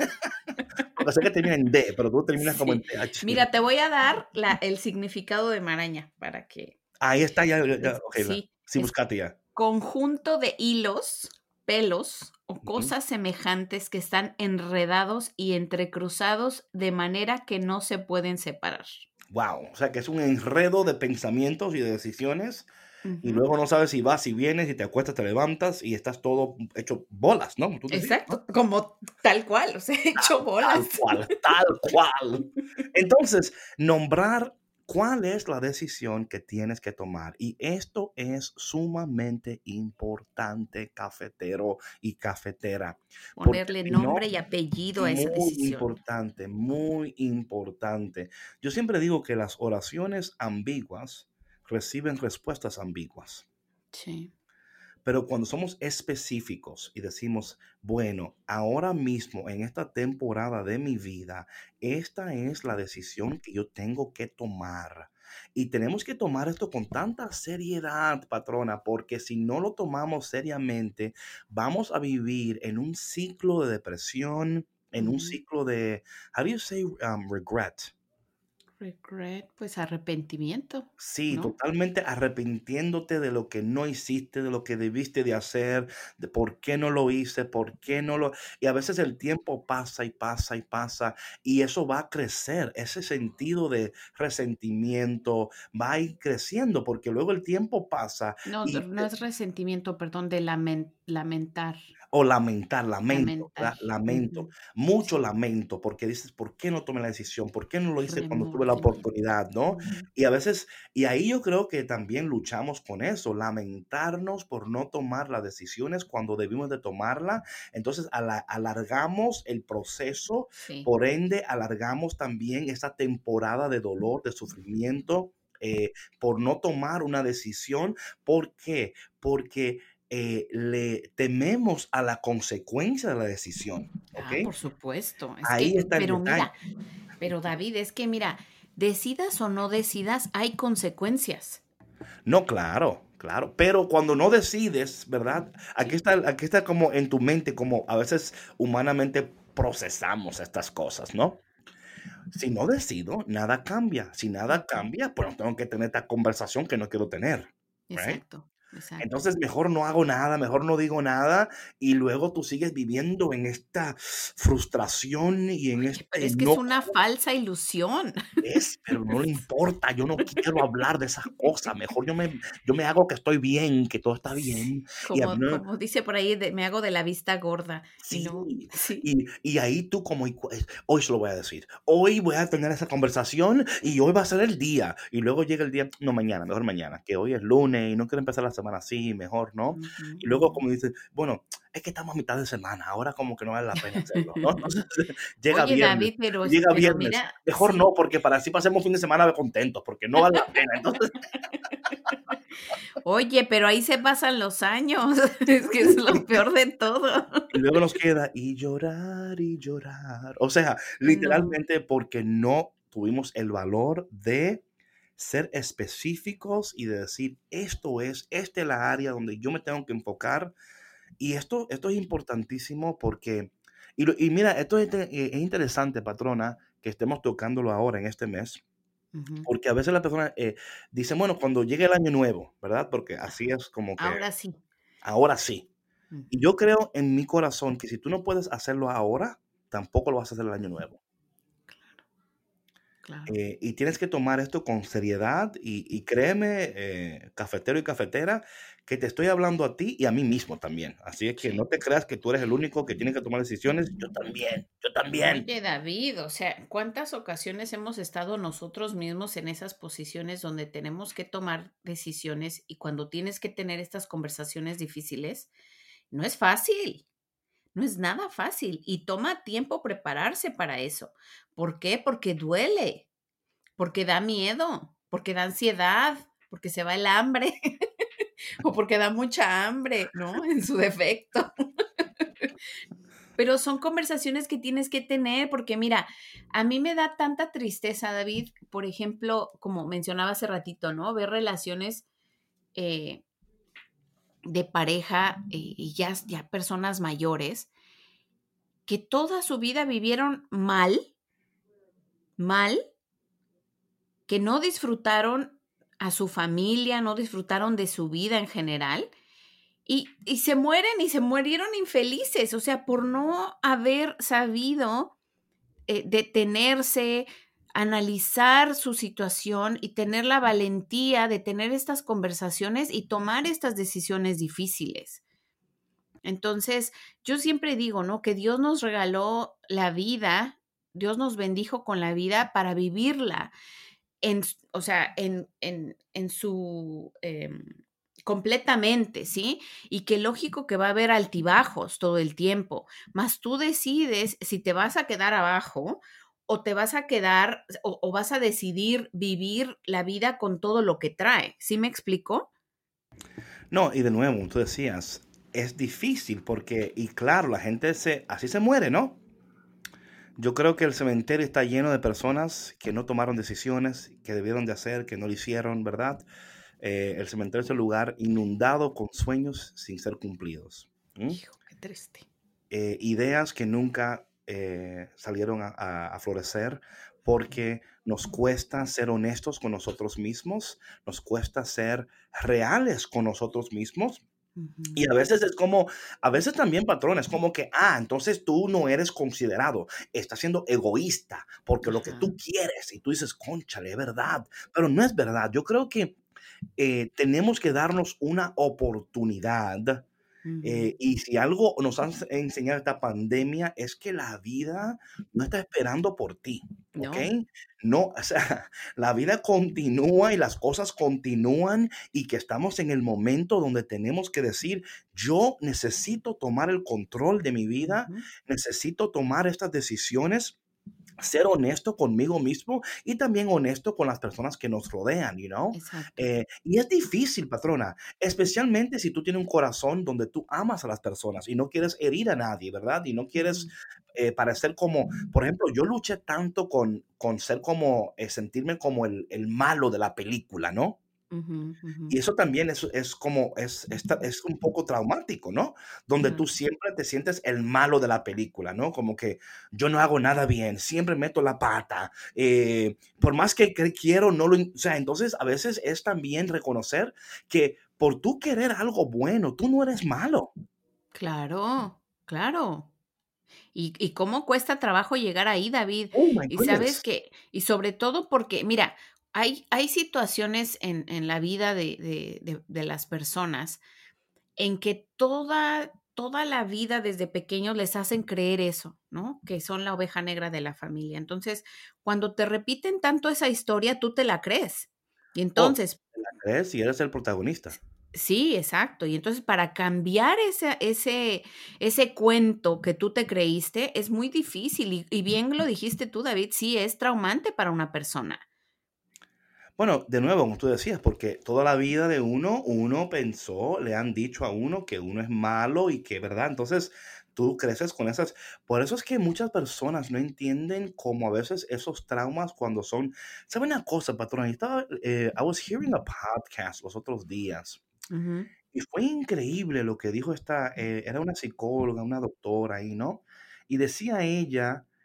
porque sé que termina en D, pero tú terminas como en Sí. T H. Mira, te voy a dar la, el significado de maraña para que Ahí está, ya, ya, ya, es, ok, la, sí, sí, es buscate ya. conjunto de hilos, pelos o Ujú. cosas semejantes que están enredados y entrecruzados de manera que no se pueden separar. Wow, o sea que es un enredo de pensamientos y de decisiones y Ujú. luego no sabes si vas, si vienes, si te acuestas, te levantas y estás todo hecho bolas, ¿no? Como tú decías, ¿no? Exacto, como tal cual, o sea, hecho bolas. Tal cual, tal cual. Entonces, nombrar cuál es la decisión que tienes que tomar. Y esto es sumamente importante, cafetero y cafetera, porque Ponerle si no, nombre y apellido a esa muy decisión. importante, muy importante. Yo siempre digo que las oraciones ambiguas reciben respuestas ambiguas. Sí. Pero cuando somos específicos y decimos, bueno, ahora mismo en esta temporada de mi vida, esta es la decisión que yo tengo que tomar. Y tenemos que tomar esto con tanta seriedad, patrona, porque si no lo tomamos seriamente, vamos a vivir en un ciclo de depresión, en un Ujú. ciclo de, how do you say um, regret? Regret, pues arrepentimiento, Sí, ¿no? totalmente arrepintiéndote de lo que no hiciste, de lo que debiste de hacer, de por qué no lo hice, por qué no lo... Y a veces el tiempo pasa y pasa y pasa y eso va a crecer, ese sentido de resentimiento va a ir creciendo porque luego el tiempo pasa No, y no es resentimiento, perdón, de lamen- lamentar, o lamentar, lamento, lamentar. ¿verdad? Lamento, Ujú. mucho Sí, lamento, porque dices, ¿por qué no tomé la decisión? ¿Por qué no lo hice cuando tuve la remordimiento. oportunidad, no? Ujú. Y a veces, y ahí yo creo que también luchamos con eso, lamentarnos por no tomar las decisiones cuando debimos de tomarla. Entonces, ala- alargamos el proceso, Sí. por ende, alargamos también esta temporada de dolor, de sufrimiento. eh, por no tomar una decisión. ¿Por qué? Porque eh, le tememos a la consecuencia de la decisión, ¿ok? Ah, por supuesto. Es que, Ahí eh, está el pero detalle. mira, pero David, es que mira, decidas o no decidas, hay consecuencias. No, claro, claro, pero cuando no decides, ¿verdad? Aquí Sí. está, aquí está como en tu mente, como a veces humanamente procesamos estas cosas, ¿no? Si no decido, nada cambia. Si nada Ujú. cambia, pues no tengo que tener esta conversación que no quiero tener, ¿right? Exacto, exacto. Entonces, mejor no hago nada, mejor no digo nada, y luego tú sigues viviendo en esta frustración y en Oye, pero este es que es enojo. una falsa ilusión. Es, pero no le importa, yo no quiero hablar de esas cosas, mejor yo me, yo me hago que estoy bien, que todo está Sí, bien, y a mí como no, como dice por ahí, de me hago de la vista gorda, y sí, no sí, y, y ahí tú como, y cu- eh, hoy se lo voy a decir, hoy voy a tener esa conversación y hoy va a ser el día, y luego llega el día, no, mañana, mejor mañana, que hoy es lunes y no quiero empezar la semana así, mejor, ¿no? ujú, Y luego ujú. como dices, bueno, es que estamos a mitad de semana, ahora como que no vale la pena hacerlo, ¿no? Entonces llega Oye, viernes, David, pero y llega pero viernes, mira, mejor no, sí. porque para así pasemos fin de semana contentos, porque no vale la pena, entonces... Oye, pero ahí se pasan los años, es que es lo peor de todo. Y luego nos queda y llorar y llorar. O sea, No, literalmente porque no tuvimos el valor de ser específicos y de decir, esto es, esta es la área donde yo me tengo que enfocar. Y esto, esto es importantísimo porque, y, lo- y mira, esto es, inte- eh, es interesante, patrona, que estemos tocándolo ahora en este mes, Ujú. Porque a veces las personas eh, dicen, bueno, cuando llegue el año nuevo, ¿verdad? Porque así es como que Ahora sí. ahora sí. Y Ujú. yo creo en mi corazón que si tú no puedes hacerlo ahora, tampoco lo vas a hacer el año nuevo. Claro. Eh, y tienes que tomar esto con seriedad y, y créeme, eh, cafetero y cafetera, que te estoy hablando a ti y a mí mismo también. Así es que Sí. no te creas que tú eres el único que tiene que tomar decisiones. Yo también, yo también. Oye, David, o sea, ¿cuántas ocasiones hemos estado nosotros mismos en esas posiciones donde tenemos que tomar decisiones y cuando tienes que tener estas conversaciones difíciles? No es fácil, no es nada fácil y toma tiempo prepararse para eso. ¿Por qué? Porque duele, porque da miedo, porque da ansiedad, porque se va el hambre o porque da mucha hambre, ¿no? En su defecto. Pero son conversaciones que tienes que tener, porque mira, a mí me da tanta tristeza, David, por ejemplo, como mencionaba hace ratito, ¿no? Ver relaciones eh, de pareja eh, y ya, ya personas mayores que toda su vida vivieron mal, mal, que no disfrutaron a su familia, no disfrutaron de su vida en general. Y, y se mueren y se murieron infelices, o sea, por no haber sabido eh, detenerse, analizar su situación y tener la valentía de tener estas conversaciones y tomar estas decisiones difíciles. Entonces, yo siempre digo, ¿no? Que Dios nos regaló la vida, Dios nos bendijo con la vida para vivirla, en, o sea, en, en, en su... Eh, completamente, ¿sí? Y que lógico que va a haber altibajos todo el tiempo, mas tú decides si te vas a quedar abajo o te vas a quedar o, o vas a decidir vivir la vida con todo lo que trae. ¿Sí me explico? No, y de nuevo, tú decías, es difícil porque, y claro, la gente se, así se muere, ¿no? Yo creo que el cementerio está lleno de personas que no tomaron decisiones, que debieron de hacer, que no lo hicieron, ¿verdad? Eh, el cementerio es el lugar inundado con sueños sin ser cumplidos. ¿Mm? Hijo, qué triste. Eh, ideas que nunca eh, salieron a, a- a florecer porque nos cuesta ser honestos con nosotros mismos, nos cuesta ser reales con nosotros mismos. Ujú. Y a veces es como, a veces también, patrón, es como que, ah, entonces tú no eres considerado, estás siendo egoísta, porque lo que Ajá. tú quieres, y tú dices, cónchale, es verdad, pero no es verdad. Yo creo que eh, tenemos que darnos una oportunidad. Ujú. Eh, y si algo nos ha enseñado esta pandemia es que la vida no está esperando por ti, ¿ok? No, No, o sea, la vida continúa y las cosas continúan y que estamos en el momento donde tenemos que decir, yo necesito tomar el control de mi vida, ujú, necesito tomar estas decisiones, ser honesto conmigo mismo y también honesto con las personas que nos rodean, you know? exacto. Eh, y es difícil, patrona, especialmente si tú tienes un corazón donde tú amas a las personas y no quieres herir a nadie, ¿verdad? Y no quieres Ujú, eh, parecer como, por ejemplo, yo luché tanto con, con ser como, eh, sentirme como el, el malo de la película, ¿no? ujú, ujú, Y eso también es, es como, es, es, ta- es un poco traumático, ¿no? Donde tú claro. siempre te sientes el malo de la película, ¿no? Como que yo no hago nada bien, siempre meto la pata, eh, por más que, que quiero, no lo, in- o sea, entonces a veces es también reconocer que por tú querer algo bueno, tú no eres malo. Claro, claro. Y, y cómo cuesta trabajo llegar ahí, David. Oh my Y sabes goodness. que, y sobre todo porque, mira, hay, hay situaciones en, en la vida de, de, de, de las personas en que toda, toda la vida desde pequeños les hacen creer eso, ¿no? Que son la oveja negra de la familia. Entonces, cuando te repiten tanto esa historia, tú te la crees. Y Oh, entonces, ¿te la crees si eres el protagonista? sí, exacto. Y entonces para cambiar ese, ese, ese cuento que tú te creíste es muy difícil. Y, y bien lo dijiste tú, David, sí, es traumante para una persona. Bueno, de nuevo, como tú decías, porque toda la vida de uno, uno pensó, le han dicho a uno que uno es malo y que, ¿verdad? Entonces tú creces con esas. Por eso es que muchas personas no entienden cómo a veces esos traumas cuando son. ¿Sabe una cosa, patrón? Yo estaba, eh, I was hearing a podcast los otros días Ujú, y fue increíble lo que dijo esta, eh, era una psicóloga, una doctora ahí, ¿no? Y decía ella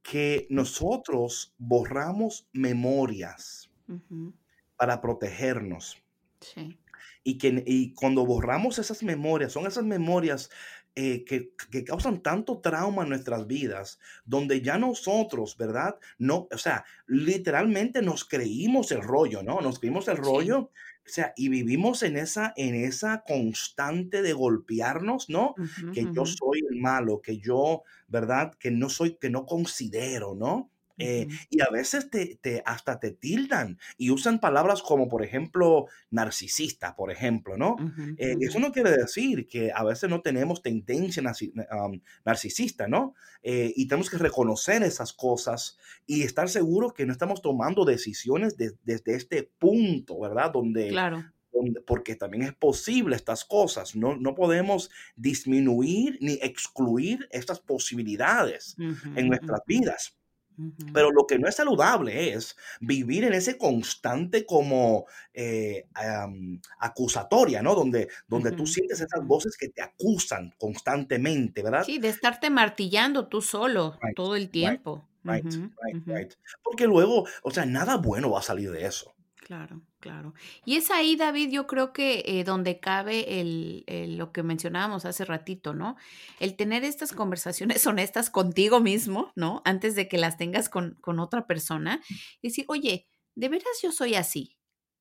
que nosotros borramos memorias Ujú. para protegernos. Sí. Y, que, y cuando borramos esas memorias, son esas memorias eh, que, que causan tanto trauma en nuestras vidas, donde ya nosotros, ¿verdad? No, o sea, literalmente nos creímos el rollo, ¿no? Nos creímos el Sí. rollo, o sea, y vivimos en esa, en esa constante de golpearnos, ¿no? Ujú, Que yo ujú, soy el malo, que yo, ¿verdad? Que no soy, que no considero, ¿no? Eh, ujú, y a veces te, te, hasta te tildan y usan palabras como, por ejemplo, narcisista, por ejemplo, ¿no? ujú, Eh, ujú. eso no quiere decir que a veces no tenemos tendencia narci- um, narcisista, ¿no? Eh, y tenemos que reconocer esas cosas y estar seguros que no estamos tomando decisiones de- desde este punto, ¿verdad? Donde, Claro. donde- porque también es posible estas cosas, no, no podemos disminuir ni excluir estas posibilidades Ujú, en nuestras ujú, vidas. ujú, Pero lo que no es saludable es vivir en ese constante como eh, am, acusatoria, ¿no? Donde, donde tú ujú, sientes esas ujú. voces que te acusan constantemente, ¿verdad? Sí, de estarte martillando tú solo Right, todo el right, tiempo. right, Ujú, right, ujú. right. Porque luego, o sea, nada bueno va a salir de eso. Claro, claro. Y es ahí, David, yo creo que eh, donde cabe el, el- lo que mencionábamos hace ratito, ¿no? El tener estas conversaciones honestas contigo mismo, ¿no? Antes de que las tengas con, con otra persona. Y decir, oye, ¿de veras yo soy así?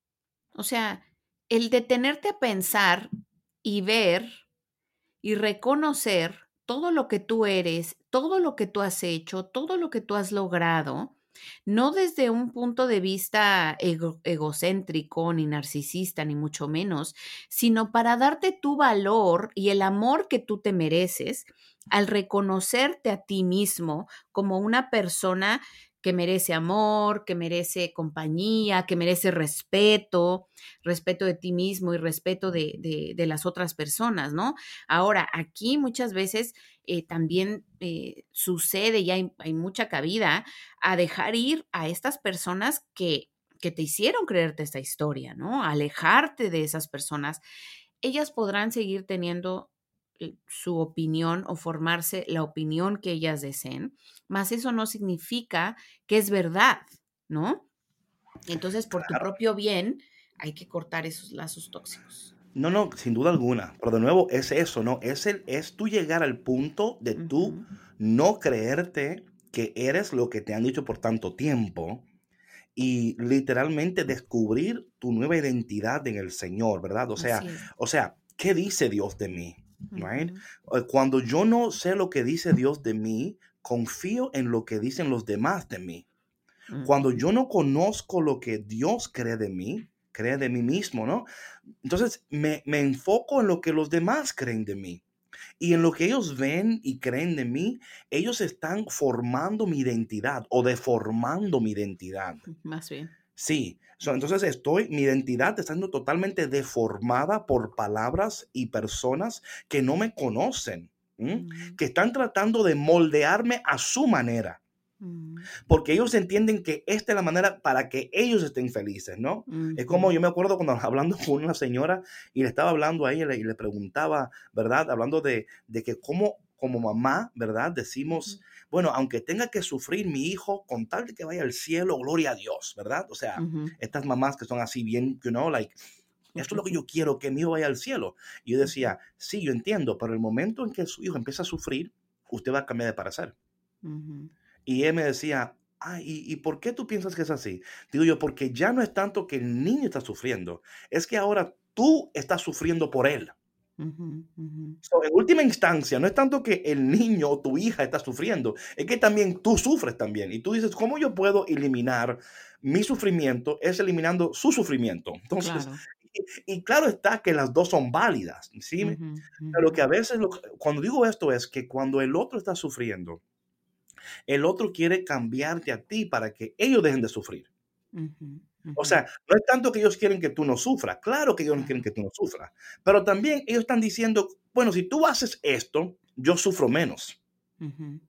O sea, el detenerte a pensar y ver y reconocer todo lo que tú eres, todo lo que tú has hecho, todo lo que tú has logrado, no desde un punto de vista ego- egocéntrico, ni narcisista, ni mucho menos, sino para darte tu valor y el amor que tú te mereces al reconocerte a ti mismo como una persona que merece amor, que merece compañía, que merece respeto, respeto de ti mismo y respeto de, de, de las otras personas, ¿no? Ahora, aquí muchas veces eh, también eh, sucede y hay, hay mucha cabida a dejar ir a estas personas que, que te hicieron creerte esta historia, ¿no? Alejarte de esas personas. Ellas podrán seguir teniendo eh, su opinión o formarse la opinión que ellas deseen, mas eso no significa que es verdad, ¿no? Entonces, por tu Claro. propio bien, hay que cortar esos lazos tóxicos. No, no, sin duda alguna. Pero de nuevo, es eso, ¿no? Es, el, es tú llegar al punto de tú Ujú, no creerte que eres lo que te han dicho por tanto tiempo y literalmente descubrir tu nueva identidad en el Señor, ¿verdad? O sea, así es. o sea, ¿qué dice Dios de mí? Right? Ujú, Eh, Cuando yo no sé lo que dice Dios de mí, confío en lo que dicen los demás de mí. Cuando ujú, yo no conozco lo que Dios cree de mí, cree de mí mismo, ¿no? Entonces me, me enfoco en lo que los demás creen de mí. Y en lo que ellos ven y creen de mí, ellos están formando mi identidad o deformando mi identidad. más bien. Sí, so, entonces estoy, mi identidad está siendo totalmente deformada por palabras y personas que no me conocen, ¿m? Mm, Que están tratando de moldearme a su manera, mm, porque ellos entienden que esta es la manera para que ellos estén felices, ¿no? Es como ujú, yo me acuerdo cuando hablando con una señora y le estaba hablando a ella y le, y le preguntaba, ¿verdad? Hablando de, de que como, como mamá, ¿verdad? Decimos, ujú, bueno, aunque tenga que sufrir mi hijo, con tal de que vaya al cielo, gloria a Dios, ¿verdad? O sea, ujú, estas mamás que son así bien, you know, like, esto es lo que ujú, yo quiero, que mi hijo vaya al cielo. Y yo decía, sí, yo entiendo, pero el momento en que su hijo empieza a sufrir, usted va a cambiar de parecer. ujú, Y él me decía, ay, ¿y, y por qué tú piensas que es así? Digo yo, porque ya no es tanto que el niño está sufriendo, es que ahora tú estás sufriendo por él. ujú, ujú, So, en última instancia, no es tanto que el niño o tu hija está sufriendo, es que también tú sufres también. Y tú dices, ¿cómo yo puedo eliminar mi sufrimiento? Es eliminando su sufrimiento. Entonces, claro. y, y claro está que las dos son válidas, ¿sí? Ujú, Pero ujú, que a veces, lo- cuando digo esto es que cuando el otro está sufriendo, el otro quiere cambiarte a ti para que ellos dejen de sufrir. ujú, O ujú, sea, no es tanto que ellos quieren que tú no sufras, claro que ellos no quieren claro. que tú no sufras, pero también ellos están diciendo, bueno, si tú haces esto, yo sufro menos. Ujú,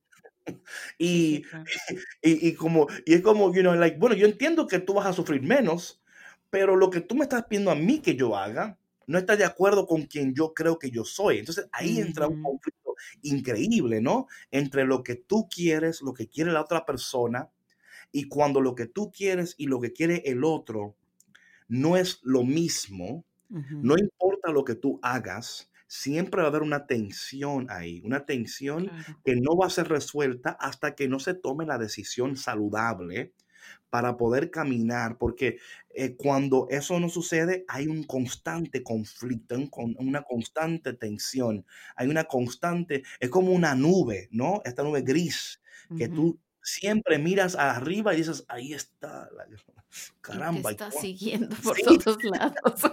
sí, sí, Y, claro. y, y como, y es como, you know, like, bueno, yo entiendo que tú vas a sufrir menos, pero lo que tú me estás pidiendo a mí que yo haga, no está de acuerdo con quien yo creo que yo soy. Entonces ahí entra un Ujú, conflicto increíble, ¿no? Entre lo que tú quieres, lo que quiere la otra persona, y cuando lo que tú quieres y lo que quiere el otro no es lo mismo, Ujú. no importa lo que tú hagas, siempre va a haber una tensión ahí, una tensión Claro. que no va a ser resuelta hasta que no se tome la decisión saludable para poder caminar, porque eh, cuando eso no sucede, hay un constante conflicto, un con- una constante tensión, hay una constante, es como una nube, ¿no? Esta nube gris que Ujú. tú siempre miras arriba y dices, ahí está, la- Y te caramba. y está cua- siguiendo por Sí, todos lados.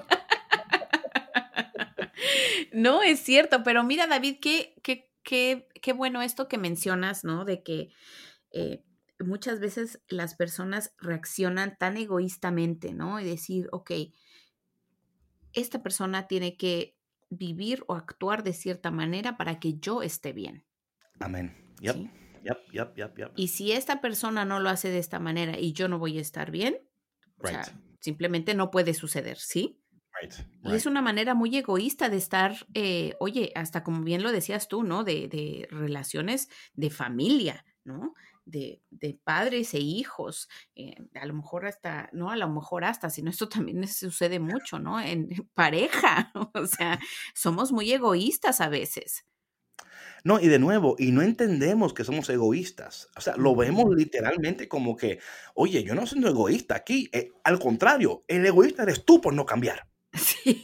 No, es cierto, pero mira, David, qué, qué, qué, qué bueno esto que mencionas, ¿no? De que eh, muchas veces las personas reaccionan tan egoístamente, ¿no? Y decir, ok, esta persona tiene que vivir o actuar de cierta manera para que yo esté bien, amén. Yep, ¿sí? yep, yep, yep, yep. Y si esta persona no lo hace de esta manera y yo no voy a estar bien, o Right, sea, simplemente no puede suceder, ¿sí? right, Y es right. una manera muy egoísta de estar, eh, oye, hasta como bien lo decías tú, ¿no? De, de relaciones de familia, ¿no? De, de padres e hijos, eh, a lo mejor hasta, no a lo mejor hasta, sino esto también es- sucede mucho, ¿no? En pareja, o sea, somos muy egoístas a veces. No, y de nuevo, y no entendemos que somos egoístas. O sea, lo vemos Ujú. literalmente como que, oye, yo no soy un egoísta aquí. Eh, al contrario, el egoísta eres tú por no cambiar. Sí.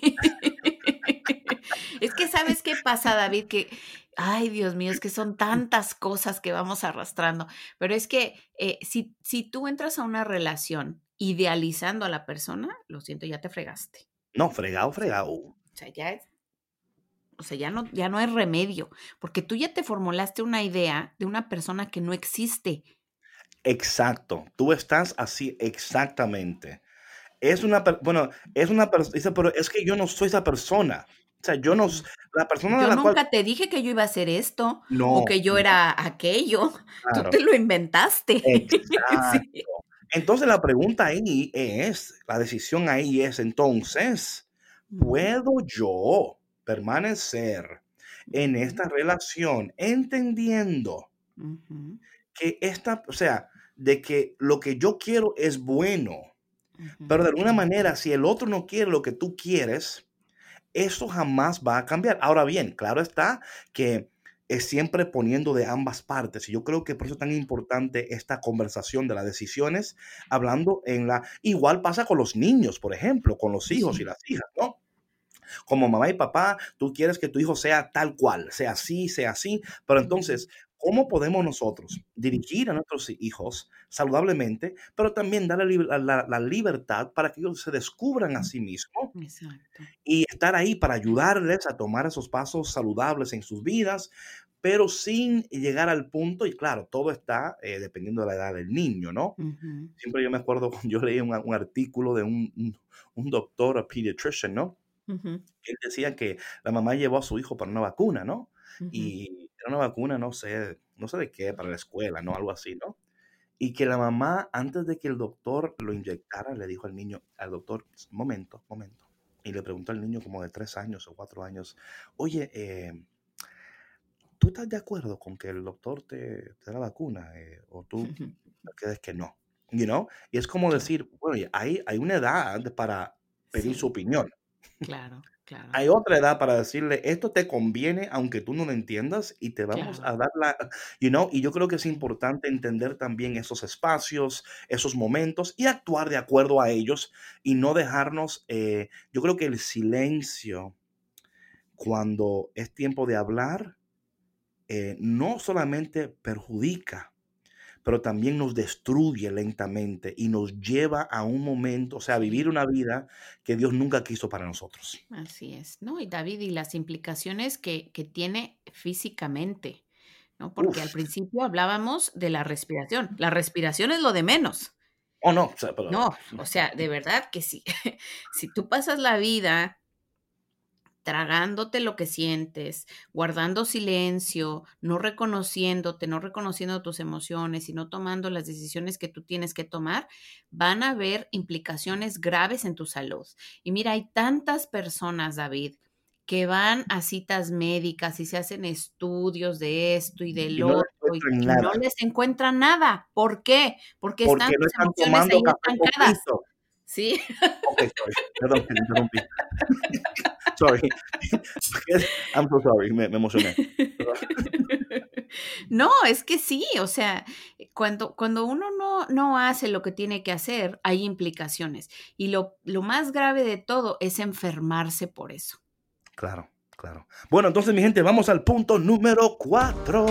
Es que, ¿sabes qué pasa, David? Que, ay, Dios mío, es que son tantas cosas que vamos arrastrando, pero es que eh, si, si tú entras a una relación idealizando a la persona, lo siento, ya te fregaste. No, fregado, O sea, fregado. o sea, ya es, o sea, ya no, ya no hay remedio, porque tú ya te formulaste una idea de una persona que no existe. Exacto. Tú estás así exactamente. Es una, per- bueno, es una persona, dice, pero es que yo no soy esa persona. O sea, yo no, s- Ujú. la persona de Yo la cual, nunca te dije que yo iba a hacer esto o no, que yo no, era aquello. Tú claro. te lo inventaste. Exacto. Sí. Entonces la pregunta ahí es, la decisión ahí es entonces, Ujú, ¿puedo yo permanecer en ujú, esta relación entendiendo ujú, que esta, o sea, de que lo que yo quiero es bueno, pero ujú. de alguna manera si el otro no quiere lo que tú quieres, eso jamás va a cambiar. Ahora bien, claro está que es siempre poniendo de ambas partes. Y yo creo que por eso es tan importante esta conversación de las decisiones, hablando en la... Igual pasa con los niños, por ejemplo, con los hijos y Sí. las hijas, ¿no? Como mamá y papá, tú quieres que tu hijo sea tal cual, sea así, sea así, pero Ujú. entonces, ¿cómo podemos nosotros dirigir a nuestros hijos saludablemente, pero también darle lib- la, la- la libertad para que ellos se descubran a sí mismos Exacto. y estar ahí para ayudarles a tomar esos pasos saludables en sus vidas, pero sin llegar al punto, y claro, todo está eh, dependiendo de la edad del niño, ¿no? Ujú, Siempre yo me acuerdo, yo leí un, un artículo de un, un, un doctor, a pediatrician, ¿no? ujú, Él decía que la mamá llevó a su hijo para una vacuna, ¿no? ujú, Y era una vacuna, no sé, no sé de qué, para la escuela, ¿no? Algo así, ¿no? Y que la mamá, antes de que el doctor lo inyectara, le dijo al niño, al doctor, momento, momento. Y le preguntó al niño como de tres años o cuatro años, oye, eh, ¿tú estás de acuerdo con que el doctor te, te da la vacuna? eh, ¿O tú ujú. crees que no? You know? Y es como Claro. decir, bueno, y hay, hay una edad para pedir su Sí, opinión. claro, claro, Hay otra edad para decirle, esto te conviene aunque tú no lo entiendas y te vamos claro. a dar la, you know, y yo creo que es Sí. importante entender también esos espacios, esos momentos y actuar de acuerdo a ellos y no dejarnos, eh, yo creo que el silencio cuando es tiempo de hablar, eh, no solamente perjudica, pero también nos destruye lentamente y nos lleva a un momento, o sea, a vivir Sí, una vida que Dios nunca quiso para nosotros. así es, ¿no? Y David, y las implicaciones que, que tiene físicamente, ¿no? Porque al Uf, principio hablábamos de la respiración. La respiración es lo de menos. oh no, o sea, pero No, o sea, de verdad que sí. Si tú pasas la vida tragándote lo que sientes, guardando silencio, no reconociéndote, no reconociendo tus emociones y no tomando las decisiones que tú tienes que tomar, van a haber implicaciones graves en tu salud. Y mira, hay tantas personas, David, que van a citas médicas y se hacen estudios de esto y del Y no les otro y, encuentran y no nada, les encuentran nada. ¿Por qué? Porque están porque no sus están emociones tomando ahí café con estancadas, Cristo. ¿sí? Ok, sorry, perdón, que te interrumpí. Sorry. I'm so sorry, me, me emocioné. No, es que sí, o sea, cuando, cuando uno no, no hace lo que tiene que hacer, hay implicaciones. Y lo, lo más grave de todo es enfermarse por eso. Claro, claro. Bueno, entonces, mi gente, vamos al punto número cuatro.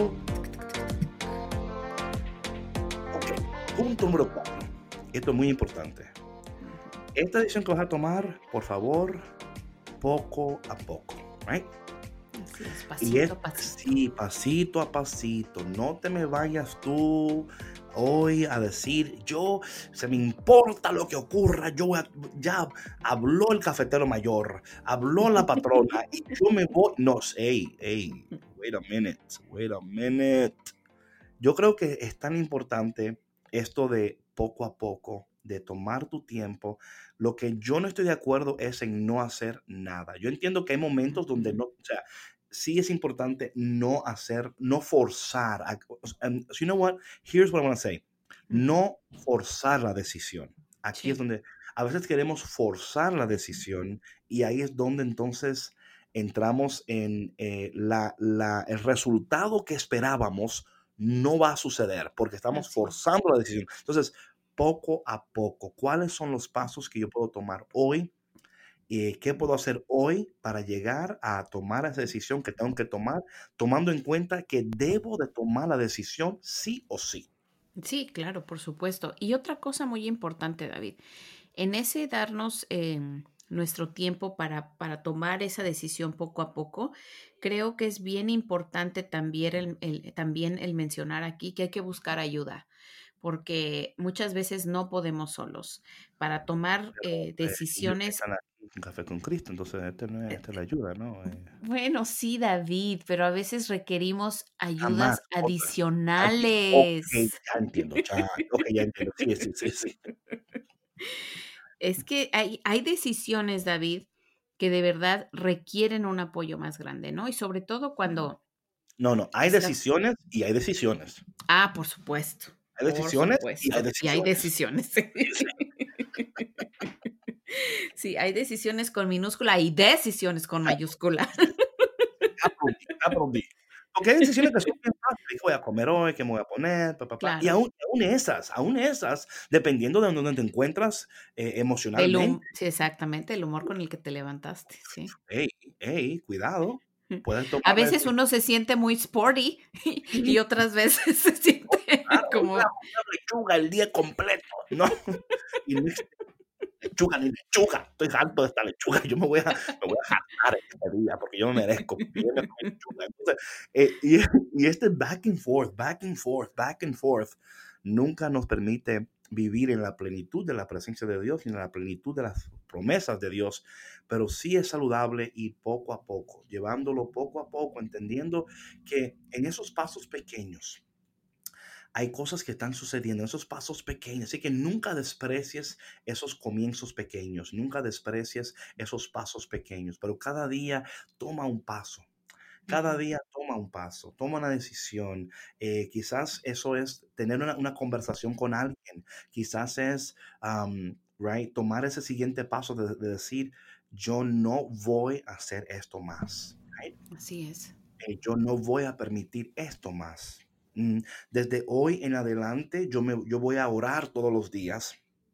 Ok, punto número cuatro. Esto es muy importante. Esta decisión que vas a tomar, por favor, poco a poco, right? Así es, Y pasito es a pasito. sí, pasito a pasito. No te me vayas tú hoy a decir, yo, se me importa lo que ocurra, yo voy a- ya habló el cafetero mayor, habló la patrona y yo me voy. No, hey, hey, wait a minute, wait a minute. Yo creo que es tan importante esto de poco a poco, de tomar tu tiempo. Lo que yo no estoy de acuerdo es en no hacer nada. Yo entiendo que hay momentos donde no, o sea, sí es importante no hacer, no forzar. a- and so you know what? Here's what I want to say. No forzar la decisión. Aquí es Sí, donde a veces queremos forzar la decisión y ahí es donde entonces entramos en eh, la, la- el resultado que esperábamos no va a suceder porque estamos así es. forzando la decisión. Entonces, poco a poco, ¿cuáles son los pasos que yo puedo tomar hoy? Eh, ¿Qué puedo hacer hoy para llegar a tomar esa decisión que tengo que tomar, tomando en cuenta que debo de tomar la decisión sí o sí? Sí, claro, por supuesto. Y otra cosa muy importante, David, en ese darnos em, nuestro tiempo para, para tomar esa decisión poco a poco, creo que es bien importante también el, el- también el mencionar aquí que hay que buscar ayuda, porque muchas veces no podemos solos. Para tomar eh, Eh, ellos decisiones. están aquí en Café con Cristo, entonces este no es, esta es la ayuda, ¿no? Eh, Bueno, sí, David, pero a veces requerimos jamás ayudas otra. Aquí, ok, adicionales. ya entiendo, ya, ok, ya entiendo. Sí, sí, sí, sí. Es que hay, hay decisiones, David, que de verdad requieren un apoyo más grande, ¿no? Y sobre todo cuando No, no, hay estás. decisiones y hay decisiones. Ah, por supuesto, Hay por decisiones y hay supuesto. Y hay decisiones. decisiones. Sí, sí. Sí, hay decisiones con minúscula y decisiones con mayúscula. Aprendí, aprendí. Porque hay decisiones que son bien fáciles. ¿Qué voy a comer hoy? ¿Qué me voy a poner? Pa, pa, pa. Y Claro, aún, aún esas, aún esas, dependiendo de donde te encuentras eh, del emocionalmente. hum- sí, exactamente, el humor con el que te levantaste, sí. Hey, hey, cuidado. Puedes A tomar la veces decisión. uno se siente muy sporty y, Sí, y otras veces se oh, siente claro, hoy voy a como. comer lechuga el día completo, ¿no? Y no es lechuga ni lechuga. Estoy harto de esta lechuga. Yo me voy a, me voy a hartar este día porque yo me merezco vivir con lechuga. Entonces, eh, y, y este back and forth, back and forth, back and forth, nunca nos permite vivir en la plenitud de la presencia de Dios y en la plenitud de las promesas de Dios, pero sí es saludable ir poco a poco, llevándolo poco a poco, entendiendo que en esos pasos pequeños, hay cosas que están sucediendo, esos pasos pequeños. Así que nunca desprecies esos comienzos pequeños, nunca desprecies esos pasos pequeños, pero cada día toma un paso. Cada Ujú. día toma un paso, toma una decisión. Eh, quizás eso es tener una, una conversación con alguien. Quizás es, um, right, tomar ese siguiente paso de, de decir, yo no voy a hacer esto más. Right? Así es. Eh, yo no voy a permitir esto más. Mm, Desde hoy en adelante, yo, me, yo voy a orar todos los días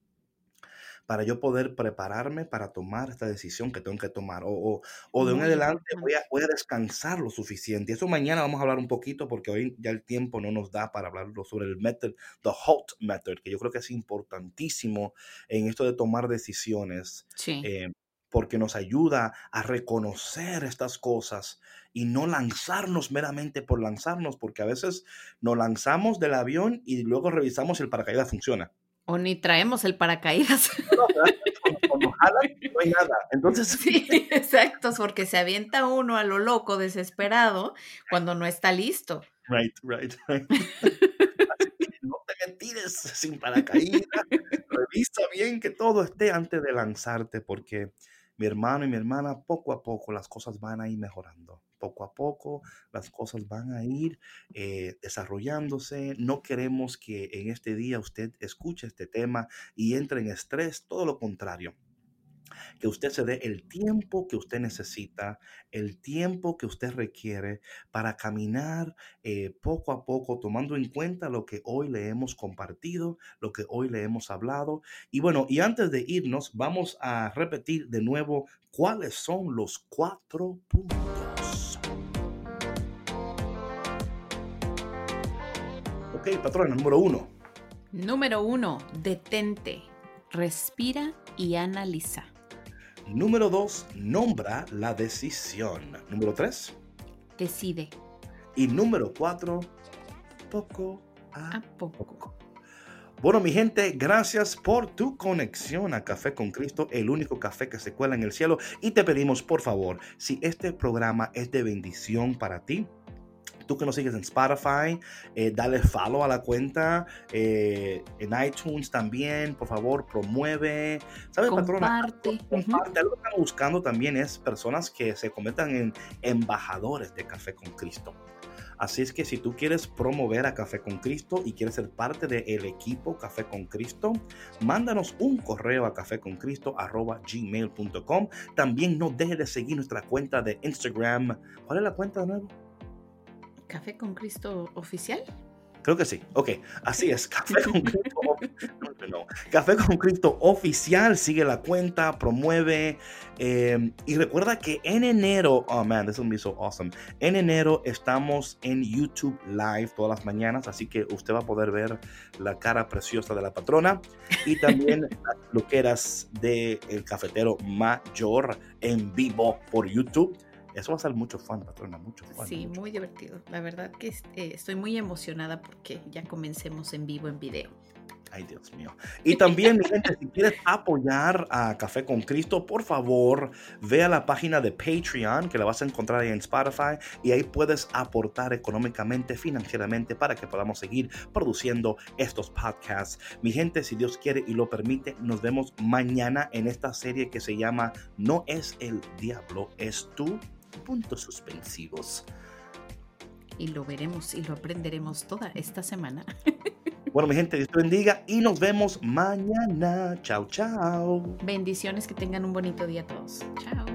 para yo poder prepararme para tomar esta decisión que tengo que tomar. O, o, o de hoy en Muy adelante voy a, importante. voy a descansar lo suficiente. Eso mañana vamos a hablar un poquito porque hoy ya el tiempo no nos da para hablar sobre el method, the HALT method, que yo creo que es importantísimo en esto de tomar decisiones. Sí. eh, porque nos ayuda a reconocer estas cosas y no lanzarnos meramente por lanzarnos, porque a veces nos lanzamos del avión y luego revisamos si el paracaídas funciona. O ni traemos el paracaídas. No, no, te das cuenta cuando, cuando jalas no hay nada. Entonces, Sí, exacto, porque se avienta uno a lo loco, desesperado, cuando no está listo. right, right, right. Así que no te me tires sin paracaídas. Revisa bien que todo esté antes de lanzarte, porque mi hermano y mi hermana, poco a poco las cosas van a ir mejorando. Poco a poco las cosas van a ir eh, desarrollándose. No queremos que en este día usted escuche este tema y entre en estrés, todo lo contrario. Que usted se dé el tiempo que usted necesita, el tiempo que usted requiere para caminar eh, poco a poco, tomando en cuenta lo que hoy le hemos compartido, lo que hoy le hemos hablado. Y bueno, y antes de irnos, vamos a repetir de nuevo cuáles son los cuatro puntos. Ok, patrona, número uno. Número uno, detente, respira y analiza. Número dos, nombra la decisión. Número tres, decide. Y número cuatro, poco a, a poco. poco. Bueno, mi gente, gracias por tu conexión a Café con Cristo, el único café que se cuela en el cielo. Y te pedimos, por favor, si este programa es de bendición para ti, tú que nos sigues en Spotify, eh, dale follow a la cuenta, eh, en iTunes también, por favor, promueve. ¿Sabes, patrona? Comparte. Comparte. Algo que estamos buscando también es personas que se conviertan en embajadores de Café con Cristo. Así es que si tú quieres promover a Café con Cristo y quieres ser parte del equipo Café con Cristo, mándanos un correo a cafeconcristo arroba gmail punto com. También no dejes de seguir nuestra cuenta de Instagram. ¿Cuál es la cuenta de nuevo? ¿Café con Cristo oficial? Creo que sí. Ok, así es. Café con Cristo. no, no. Café con Cristo oficial. Sigue la cuenta, promueve. Eh, y recuerda que en enero, oh man, this will be so awesome. En enero estamos en YouTube Live todas las mañanas. Así que usted va a poder ver la cara preciosa de la patrona. Y también las loqueras del cafetero mayor en vivo por YouTube. Eso va a ser mucho fun, patrona, mucho fun. Sí, mucho muy fun. divertido. La verdad que eh, estoy muy emocionada porque ya comencemos en vivo en video. Ay, Dios mío. Y también, mi gente, si quieres apoyar a Café con Cristo, por favor, ve a la página de Patreon, que la vas a encontrar ahí en Spotify, y ahí puedes aportar económicamente, financieramente, para que podamos seguir produciendo estos podcasts. Mi gente, si Dios quiere y lo permite, nos vemos mañana en esta serie que se llama No es el diablo, es tú, puntos suspensivos. Y lo veremos y lo aprenderemos toda esta semana. Bueno, mi gente, Dios te bendiga y nos vemos mañana. Chao, chao. Bendiciones, que tengan un bonito día todos. Chao.